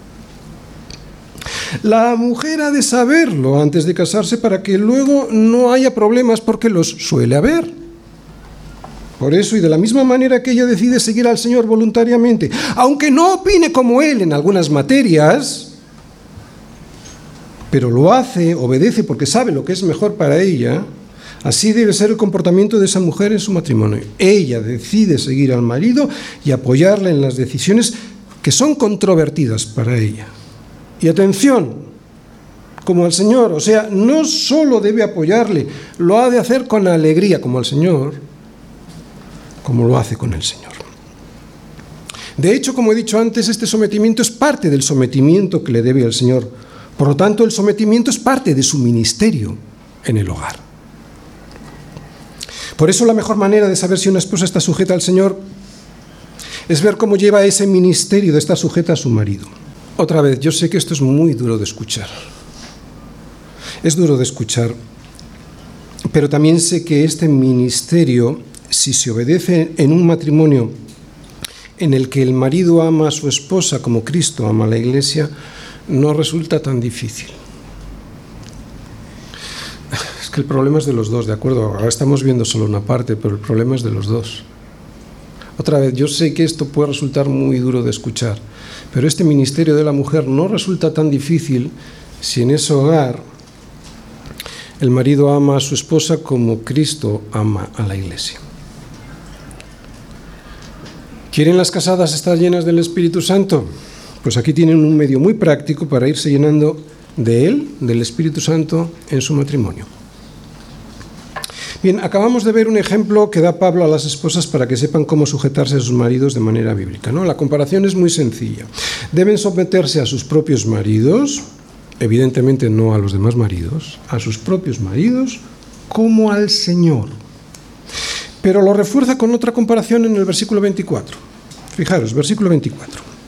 La mujer ha de saberlo antes de casarse para que luego no haya problemas, porque los suele haber. Por eso, y de la misma manera que ella decide seguir al Señor voluntariamente, aunque no opine como Él en algunas materias, pero lo hace, obedece porque sabe lo que es mejor para ella, así debe ser el comportamiento de esa mujer en su matrimonio. Ella decide seguir al marido y apoyarle en las decisiones que son controvertidas para ella. Y atención, como al Señor, o sea, no solo debe apoyarle, lo ha de hacer con alegría, como al Señor, como lo hace con el Señor. De hecho, como he dicho antes, este sometimiento es parte del sometimiento que le debe al Señor. Por lo tanto, el sometimiento es parte de su ministerio en el hogar. Por eso la mejor manera de saber si una esposa está sujeta al Señor es ver cómo lleva ese ministerio de estar sujeta a su marido. Otra vez, yo sé que esto es muy duro de escuchar. Es duro de escuchar, pero también sé que este ministerio, si se obedece en un matrimonio en el que el marido ama a su esposa como Cristo ama a la Iglesia, no resulta tan difícil. Es que el problema es de los dos, ¿de acuerdo? Ahora estamos viendo solo una parte, pero el problema es de los dos. Otra vez, yo sé que esto puede resultar muy duro de escuchar, pero este ministerio de la mujer no resulta tan difícil si en ese hogar el marido ama a su esposa como Cristo ama a la Iglesia. ¿Quieren las casadas estar llenas del Espíritu Santo? Pues aquí tienen un medio muy práctico para irse llenando de Él, del Espíritu Santo, en su matrimonio. Bien, acabamos de ver un ejemplo que da Pablo a las esposas para que sepan cómo sujetarse a sus maridos de manera bíblica, ¿no? La comparación es muy sencilla. Deben someterse a sus propios maridos, evidentemente no a los demás maridos, a sus propios maridos como al Señor. Pero lo refuerza con otra comparación en el versículo 24. Fijaros, versículo 24.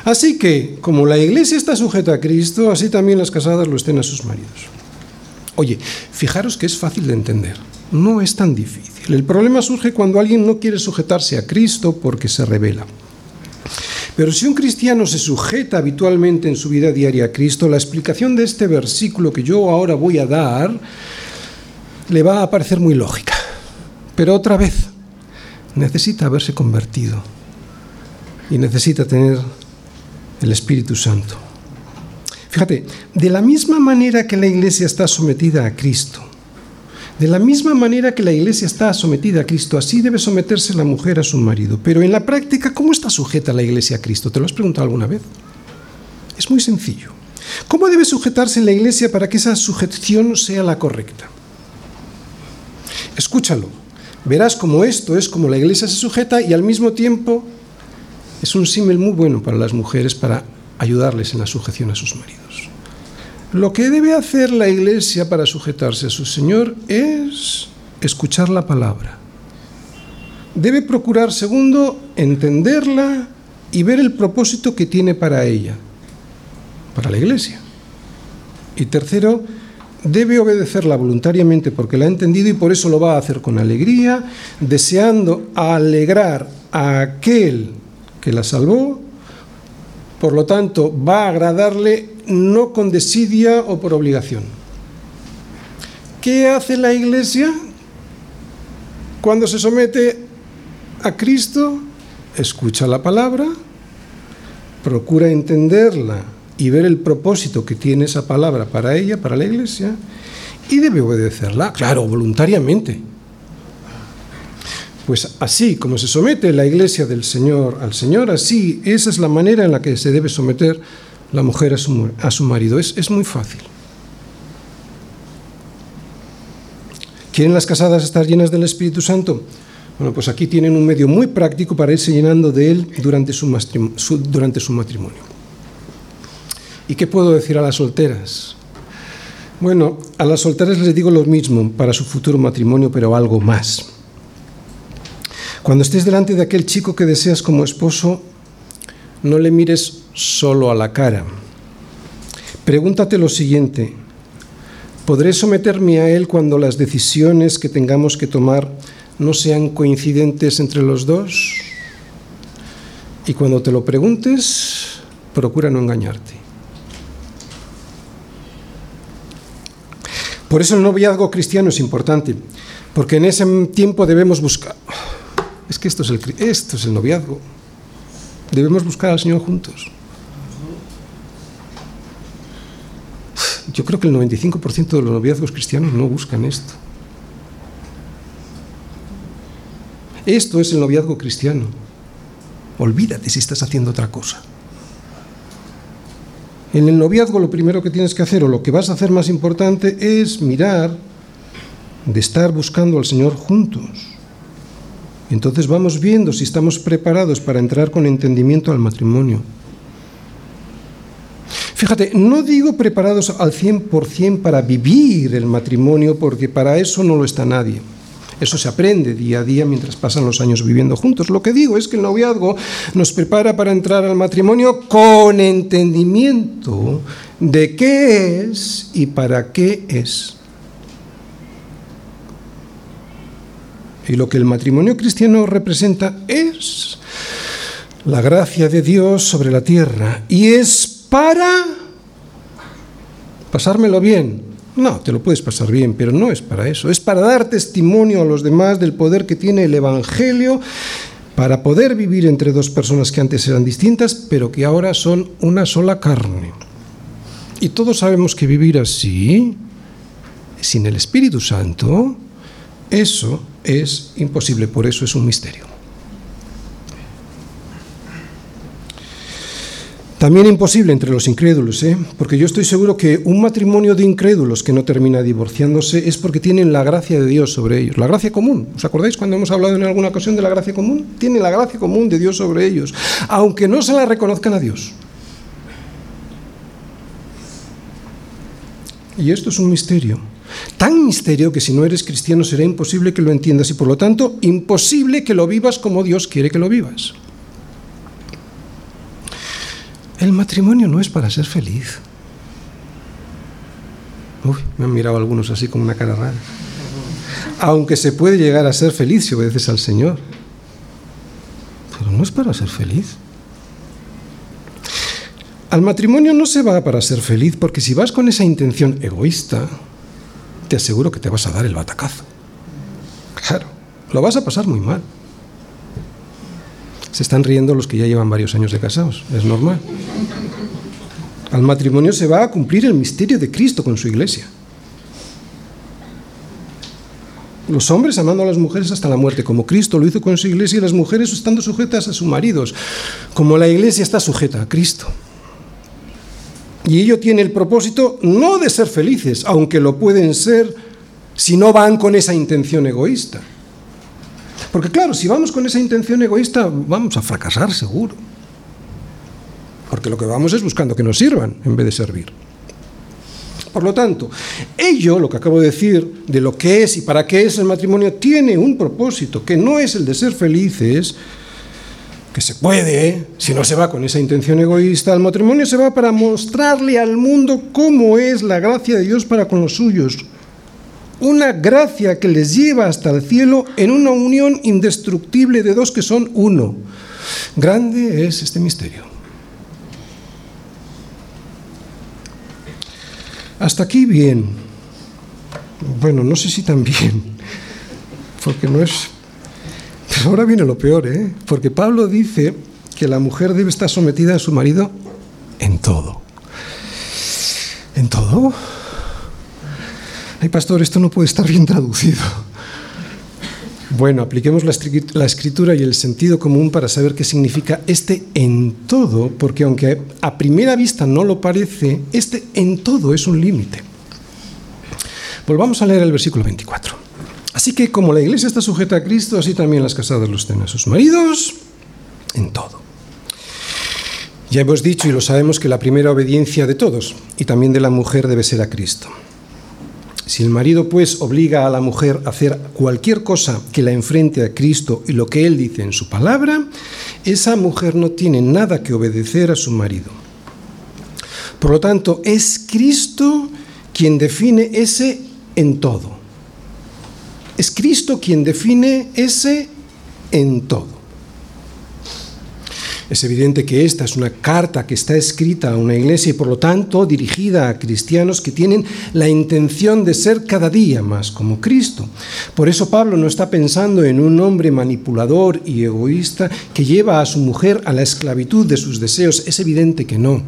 Así que, como la Iglesia está sujeta a Cristo, así también las casadas lo estén a sus maridos. Oye, fijaros que es fácil de entender, no es tan difícil. El problema surge cuando alguien no quiere sujetarse a Cristo porque se rebela. Pero si un cristiano se sujeta habitualmente en su vida diaria a Cristo, la explicación de este versículo que yo ahora voy a dar le va a parecer muy lógica. Pero otra vez, necesita haberse convertido y necesita tener el Espíritu Santo. Fíjate, de la misma manera que la Iglesia está sometida a Cristo, de la misma manera que la Iglesia está sometida a Cristo, así debe someterse la mujer a su marido. Pero en la práctica, ¿cómo está sujeta la Iglesia a Cristo? ¿Te lo has preguntado alguna vez? Es muy sencillo. ¿Cómo debe sujetarse la Iglesia para que esa sujeción sea la correcta? Escúchalo. Verás cómo esto es como la Iglesia se sujeta y al mismo tiempo es un símil muy bueno para las mujeres para ayudarles en la sujeción a sus maridos. Lo que debe hacer la Iglesia para sujetarse a su Señor es escuchar la palabra. Debe procurar, segundo, entenderla y ver el propósito que tiene para ella, para la Iglesia. Y tercero, debe obedecerla voluntariamente porque la ha entendido y por eso lo va a hacer con alegría, deseando alegrar a aquel que la salvó. Por lo tanto, va a agradarle no con desidia o por obligación. ¿Qué hace la Iglesia cuando se somete a Cristo? Escucha la palabra, procura entenderla y ver el propósito que tiene esa palabra para ella, para la Iglesia, y debe obedecerla, claro, voluntariamente. Pues así como se somete la Iglesia del Señor al Señor, así, esa es la manera en la que se debe someter la mujer a su marido. Es muy fácil. ¿Quieren las casadas estar llenas del Espíritu Santo? Bueno, pues aquí tienen un medio muy práctico para irse llenando de él durante su matrimonio. ¿Y qué puedo decir a las solteras? Bueno, a las solteras les digo lo mismo para su futuro matrimonio, pero algo más. Cuando estés delante de aquel chico que deseas como esposo, no le mires solo a la cara. Pregúntate lo siguiente: ¿podré someterme a él cuando las decisiones que tengamos que tomar no sean coincidentes entre los dos? Y cuando te lo preguntes, procura no engañarte. Por eso el noviazgo cristiano es importante, porque en ese tiempo debemos buscar... Es que esto es el noviazgo. Debemos buscar al Señor juntos. Yo creo que el 95% de los noviazgos cristianos no buscan esto. Esto es el noviazgo cristiano. Olvídate si estás haciendo otra cosa. En el noviazgo lo primero que tienes que hacer, o lo que vas a hacer más importante, es mirar de estar buscando al Señor juntos. Entonces vamos viendo si estamos preparados para entrar con entendimiento al matrimonio. Fíjate, no digo preparados al 100% para vivir el matrimonio, porque para eso no lo está nadie. Eso se aprende día a día mientras pasan los años viviendo juntos. Lo que digo es que el noviazgo nos prepara para entrar al matrimonio con entendimiento de qué es y para qué es. Y lo que el matrimonio cristiano representa es la gracia de Dios sobre la tierra. Y es para pasármelo bien. No, te lo puedes pasar bien, pero no es para eso. Es para dar testimonio a los demás del poder que tiene el Evangelio, para poder vivir entre dos personas que antes eran distintas, pero que ahora son una sola carne. Y todos sabemos que vivir así, sin el Espíritu Santo, eso es imposible, por eso es un misterio. También imposible entre los incrédulos, porque yo estoy seguro que un matrimonio de incrédulos que no termina divorciándose es porque tienen la gracia de Dios sobre ellos. La gracia común. ¿Os acordáis cuando hemos hablado en alguna ocasión de la gracia común? Tienen la gracia común de Dios sobre ellos, aunque no se la reconozcan a Dios. Y esto es un misterio. Tan misterio que si no eres cristiano será imposible que lo entiendas y por lo tanto imposible que lo vivas como Dios quiere que lo vivas. El matrimonio no es para ser feliz. Uy, me han mirado algunos así con una cara rara. Aunque se puede llegar a ser feliz si obedeces al Señor. Pero no es para ser feliz. Al matrimonio no se va para ser feliz, porque si vas con esa intención egoísta, te aseguro que te vas a dar el batacazo. Claro, lo vas a pasar muy mal. Se están riendo los que ya llevan varios años de casados, es normal. Al matrimonio se va a cumplir el misterio de Cristo con su iglesia. Los hombres amando a las mujeres hasta la muerte, como Cristo lo hizo con su iglesia, y las mujeres estando sujetas a sus maridos, como la iglesia está sujeta a Cristo. Y ello tiene el propósito no de ser felices, aunque lo pueden ser si no van con esa intención egoísta. Porque claro, si vamos con esa intención egoísta, vamos a fracasar seguro. Porque lo que vamos es buscando que nos sirvan en vez de servir. Por lo tanto, ello, lo que acabo de decir, de lo que es y para qué es el matrimonio, tiene un propósito, que no es el de ser felices, que se puede, si no se va con esa intención egoísta. El matrimonio se va para mostrarle al mundo cómo es la gracia de Dios para con los suyos. Una gracia que les lleva hasta el cielo en una unión indestructible de dos que son uno. Grande es este misterio. Hasta aquí bien. Bueno, no sé si tan bien, porque no es... Pero ahora viene lo peor, porque Pablo dice que la mujer debe estar sometida a su marido en todo. ¿En todo? Ay, pastor, esto no puede estar bien traducido. Bueno, apliquemos la escritura y el sentido común para saber qué significa este en todo, porque aunque a primera vista no lo parece, este en todo es un límite. Volvamos a leer el versículo 24. Así que como la iglesia está sujeta a Cristo, así también las casadas lo estén a sus maridos en todo. Ya hemos dicho y lo sabemos que la primera obediencia de todos y también de la mujer debe ser a Cristo. Si el marido, pues, obliga a la mujer a hacer cualquier cosa que la enfrente a Cristo y lo que Él dice en su palabra, esa mujer no tiene nada que obedecer a su marido. Por lo tanto, es Cristo quien define ese en todo. Es Cristo quien define ese en todo. Es evidente que esta es una carta que está escrita a una iglesia y por lo tanto dirigida a cristianos que tienen la intención de ser cada día más como Cristo. Por eso Pablo no está pensando en un hombre manipulador y egoísta que lleva a su mujer a la esclavitud de sus deseos. Es evidente que no.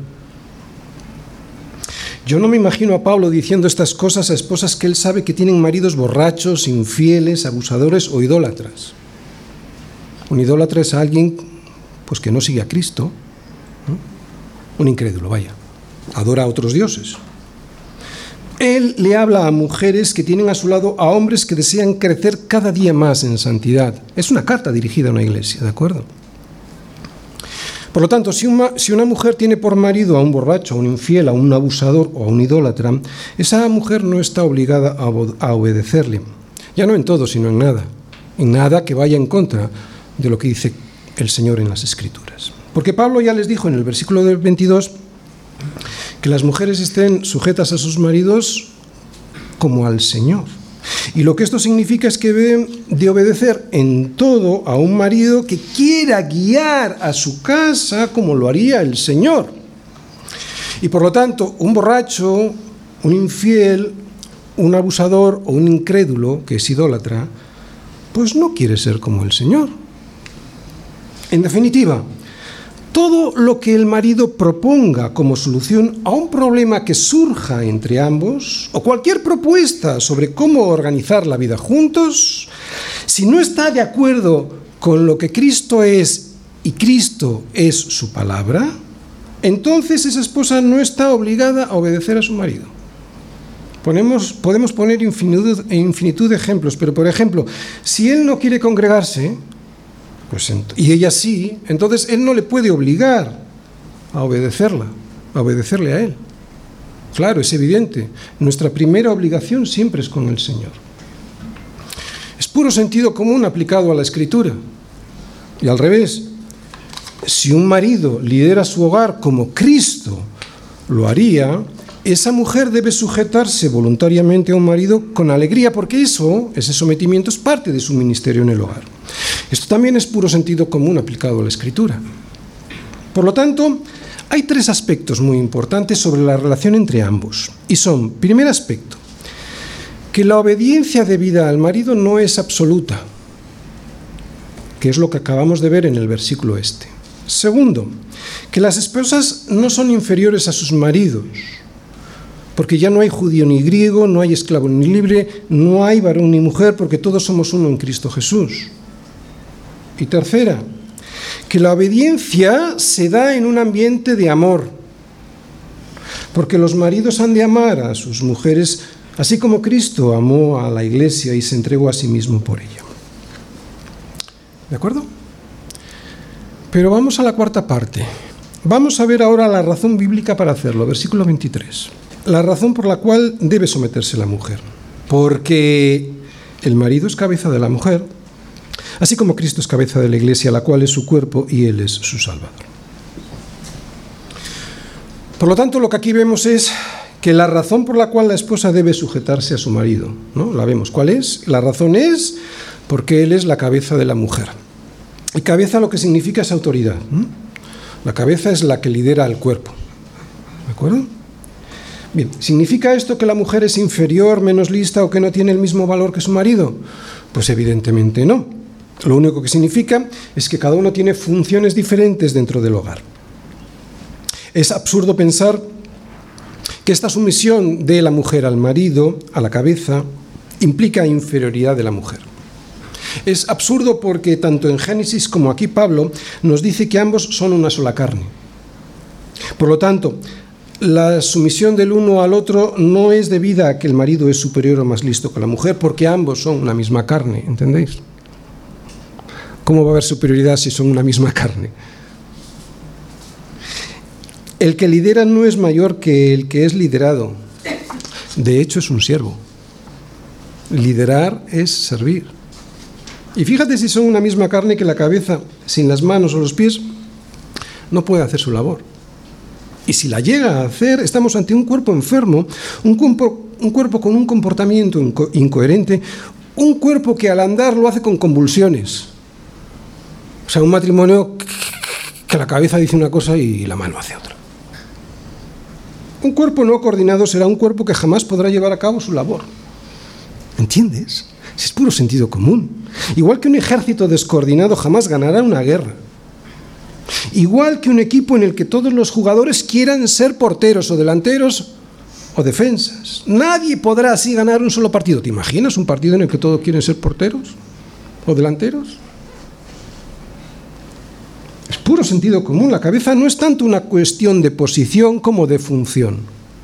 Yo no me imagino a Pablo diciendo estas cosas a esposas que él sabe que tienen maridos borrachos, infieles, abusadores o idólatras. Un idólatra es alguien pues que no sigue a Cristo, ¿no? Un incrédulo, vaya, adora a otros dioses. Él le habla a mujeres que tienen a su lado a hombres que desean crecer cada día más en santidad. Es una carta dirigida a una iglesia, ¿de acuerdo? Por lo tanto, si una mujer tiene por marido a un borracho, a un infiel, a un abusador o a un idólatra, esa mujer no está obligada a obedecerle. Ya no en todo, sino en nada. En nada que vaya en contra de lo que dice el Señor en las Escrituras. Porque Pablo ya les dijo en el versículo 22 que las mujeres estén sujetas a sus maridos como al Señor. Y lo que esto significa es que deben de obedecer en todo a un marido que quiera guiar a su casa como lo haría el Señor. Y por lo tanto, un borracho, un infiel, un abusador o un incrédulo, que es idólatra, pues no quiere ser como el Señor. En definitiva, todo lo que el marido proponga como solución a un problema que surja entre ambos, o cualquier propuesta sobre cómo organizar la vida juntos, si no está de acuerdo con lo que Cristo es y Cristo es su palabra, entonces esa esposa no está obligada a obedecer a su marido. Podemos poner infinitud de ejemplos, pero por ejemplo, si él no quiere congregarse, pues, y ella sí, entonces él no le puede obligar a obedecerle a él. Claro, es evidente. Nuestra primera obligación siempre es con el Señor. Es puro sentido común aplicado a la Escritura. Y al revés, si un marido lidera su hogar como Cristo lo haría, esa mujer debe sujetarse voluntariamente a un marido con alegría, porque ese sometimiento es parte de su ministerio en el hogar. Esto también es puro sentido común aplicado a la Escritura. Por lo tanto, hay 3 aspectos muy importantes sobre la relación entre ambos. Y son, primer aspecto, que la obediencia debida al marido no es absoluta, que es lo que acabamos de ver en el versículo este. Segundo, que las esposas no son inferiores a sus maridos, porque ya no hay judío ni griego, no hay esclavo ni libre, no hay varón ni mujer, porque todos somos uno en Cristo Jesús. Y tercera, que la obediencia se da en un ambiente de amor, porque los maridos han de amar a sus mujeres, así como Cristo amó a la iglesia y se entregó a sí mismo por ella. ¿De acuerdo? Pero vamos a la cuarta parte. Vamos a ver ahora la razón bíblica para hacerlo, versículo 23. La razón por la cual debe someterse la mujer. Porque el marido es cabeza de la mujer, así como Cristo es cabeza de la iglesia, la cual es su cuerpo y Él es su Salvador. Por lo tanto, lo que aquí vemos es que la razón por la cual la esposa debe sujetarse a su marido, ¿no? La vemos. ¿Cuál es? La razón es porque Él es la cabeza de la mujer. Y cabeza lo que significa es autoridad, ¿no? La cabeza es la que lidera al cuerpo. ¿De acuerdo? Bien, ¿significa esto que la mujer es inferior, menos lista o que no tiene el mismo valor que su marido? Pues evidentemente no. Lo único que significa es que cada uno tiene funciones diferentes dentro del hogar. Es absurdo pensar que esta sumisión de la mujer al marido, a la cabeza, implica inferioridad de la mujer. Es absurdo porque tanto en Génesis como aquí Pablo nos dice que ambos son una sola carne. Por lo tanto, la sumisión del uno al otro no es debida a que el marido es superior o más listo que la mujer, porque ambos son una misma carne, ¿entendéis? ¿Cómo va a haber superioridad si son una misma carne? El que lidera no es mayor que el que es liderado. De hecho, es un siervo. Liderar es servir. Y fíjate si son una misma carne, que la cabeza, sin las manos o los pies, no puede hacer su labor. Y si la llega a hacer, estamos ante un cuerpo enfermo, un cuerpo con un comportamiento incoherente, un cuerpo que al andar lo hace con convulsiones. O sea, un matrimonio que la cabeza dice una cosa y la mano hace otra. Un cuerpo no coordinado será un cuerpo que jamás podrá llevar a cabo su labor. ¿Entiendes? Es puro sentido común. Igual que un ejército descoordinado jamás ganará una guerra. Igual que un equipo en el que todos los jugadores quieran ser porteros o delanteros o defensas. Nadie podrá así ganar un solo partido. ¿Te imaginas un partido en el que todos quieren ser porteros o delanteros? Es puro sentido común. La cabeza no es tanto una cuestión de posición como de función.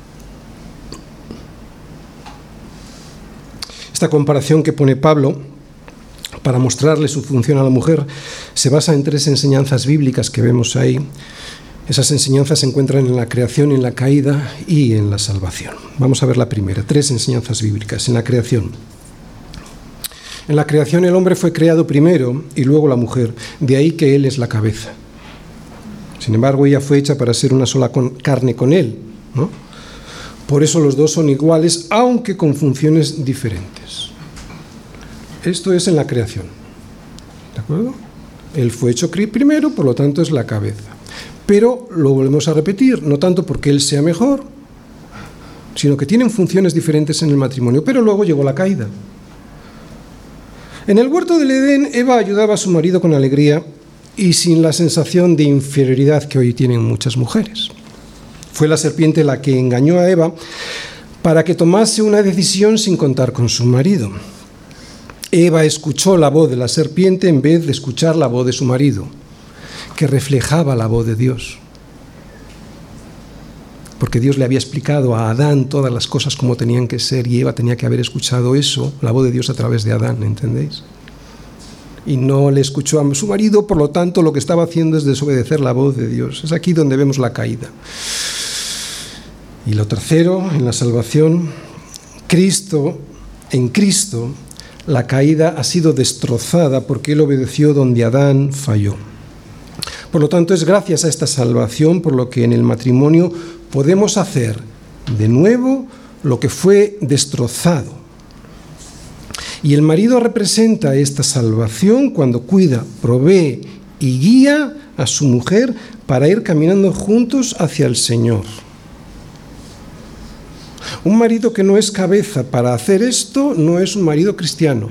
Esta comparación que pone Pablo para mostrarle su función a la mujer se basa en 3 enseñanzas bíblicas que vemos ahí. Esas enseñanzas se encuentran en la creación, en la caída y en la salvación. Vamos a ver la primera, 3 enseñanzas bíblicas en la creación. En la creación el hombre fue creado primero y luego la mujer, de ahí que él es la cabeza. Sin embargo, ella fue hecha para ser una sola carne con él, ¿no? Por eso los dos son iguales, aunque con funciones diferentes. Esto es en la creación. ¿De acuerdo? Él fue hecho primero, por lo tanto es la cabeza. Pero lo volvemos a repetir, no tanto porque él sea mejor, sino que tienen funciones diferentes en el matrimonio. Pero luego llegó la caída. En el huerto del Edén, Eva ayudaba a su marido con alegría y sin la sensación de inferioridad que hoy tienen muchas mujeres. Fue la serpiente la que engañó a Eva para que tomase una decisión sin contar con su marido. Eva escuchó la voz de la serpiente en vez de escuchar la voz de su marido, que reflejaba la voz de Dios. Porque Dios le había explicado a Adán todas las cosas como tenían que ser y Eva tenía que haber escuchado eso, la voz de Dios a través de Adán, ¿entendéis? Y no le escuchó a su marido, por lo tanto lo que estaba haciendo es desobedecer la voz de Dios. Es aquí donde vemos la caída. Y lo tercero, en la salvación, en Cristo, la caída ha sido destrozada porque Él obedeció donde Adán falló. Por lo tanto, es gracias a esta salvación por lo que en el matrimonio podemos hacer de nuevo lo que fue destrozado. Y el marido representa esta salvación cuando cuida, provee y guía a su mujer para ir caminando juntos hacia el Señor. Un marido que no es cabeza para hacer esto no es un marido cristiano.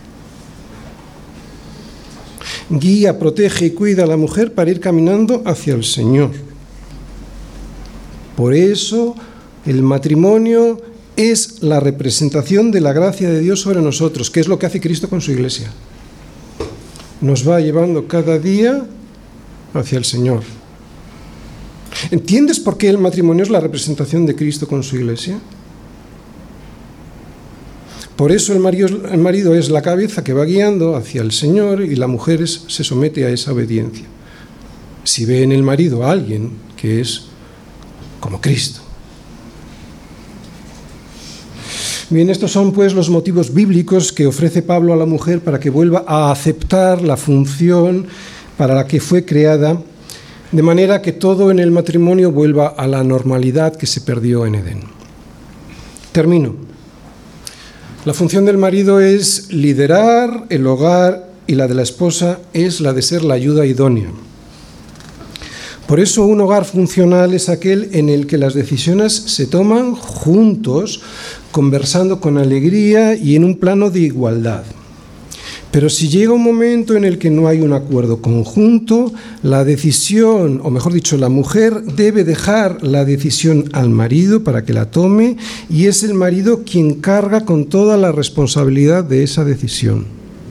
Guía, protege y cuida a la mujer para ir caminando hacia el Señor. Por eso el matrimonio es la representación de la gracia de Dios sobre nosotros, que es lo que hace Cristo con su iglesia. Nos va llevando cada día hacia el Señor. ¿Entiendes por qué el matrimonio es la representación de Cristo con su iglesia? Por eso el marido es la cabeza que va guiando hacia el Señor y la mujer se somete a esa obediencia. Si ve en el marido a alguien que es como Cristo. Bien, estos son pues los motivos bíblicos que ofrece Pablo a la mujer para que vuelva a aceptar la función para la que fue creada, de manera que todo en el matrimonio vuelva a la normalidad que se perdió en Edén. Termino. La función del marido es liderar el hogar y la de la esposa es la de ser la ayuda idónea. Por eso un hogar funcional es aquel en el que las decisiones se toman juntos, conversando con alegría y en un plano de igualdad. Pero si llega un momento en el que no hay un acuerdo conjunto, la decisión, o mejor dicho, la mujer debe dejar la decisión al marido para que la tome y es el marido quien carga con toda la responsabilidad de esa decisión.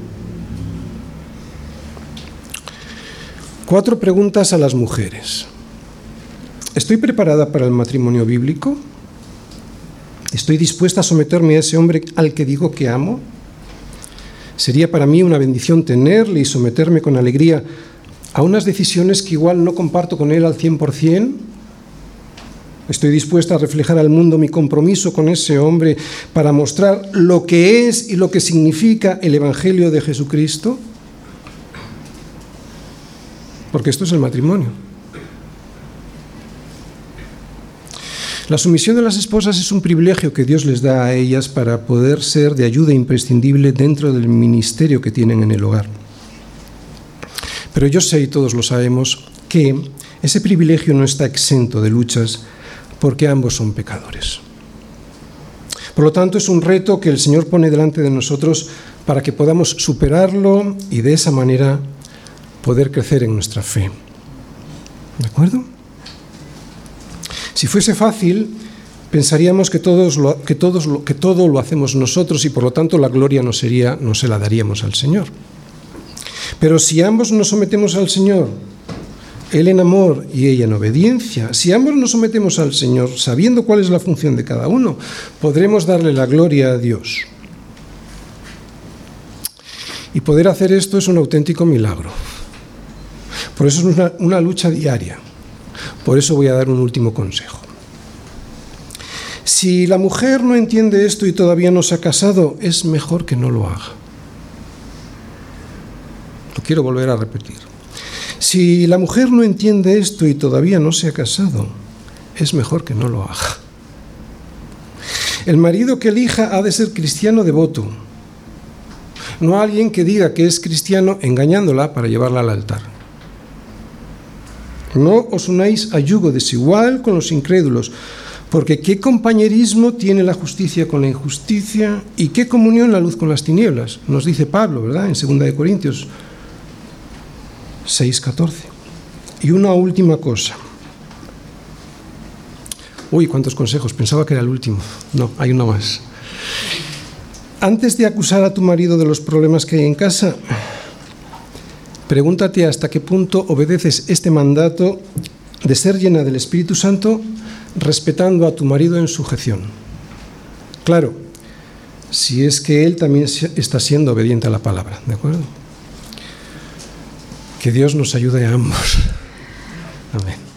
4 preguntas a las mujeres. ¿Estoy preparada para el matrimonio bíblico? ¿Estoy dispuesta a someterme a ese hombre al que digo que amo? Sería para mí una bendición tenerle y someterme con alegría a unas decisiones que igual no comparto con él al 100%. Estoy dispuesta a reflejar al mundo mi compromiso con ese hombre para mostrar lo que es y lo que significa el Evangelio de Jesucristo. Porque esto es el matrimonio. La sumisión de las esposas es un privilegio que Dios les da a ellas para poder ser de ayuda imprescindible dentro del ministerio que tienen en el hogar. Pero yo sé, y todos lo sabemos, que ese privilegio no está exento de luchas porque ambos son pecadores. Por lo tanto, es un reto que el Señor pone delante de nosotros para que podamos superarlo y de esa manera poder crecer en nuestra fe. ¿De acuerdo? Si fuese fácil, pensaríamos que todo lo hacemos nosotros y por lo tanto la gloria no se la daríamos al Señor. Pero si ambos nos sometemos al Señor, Él en amor y ella en obediencia, si ambos nos sometemos al Señor sabiendo cuál es la función de cada uno, podremos darle la gloria a Dios. Y poder hacer esto es un auténtico milagro. Por eso es una lucha diaria. Por eso voy a dar un último consejo. Si la mujer no entiende esto y todavía no se ha casado, es mejor que no lo haga. Lo quiero volver a repetir. Si la mujer no entiende esto y todavía no se ha casado, es mejor que no lo haga. El marido que elija ha de ser cristiano devoto, no alguien que diga que es cristiano engañándola para llevarla al altar. No os unáis a yugo desigual con los incrédulos, porque ¿qué compañerismo tiene la justicia con la injusticia y qué comunión la luz con las tinieblas? Nos dice Pablo, ¿verdad? En 2 Corintios 6:14. Y una última cosa. Uy, cuántos consejos, pensaba que era el último. No, hay uno más. Antes de acusar a tu marido de los problemas que hay en casa, pregúntate hasta qué punto obedeces este mandato de ser llena del Espíritu Santo, respetando a tu marido en sujeción. Claro, si es que él también está siendo obediente a la palabra, ¿de acuerdo? Que Dios nos ayude a ambos. Amén.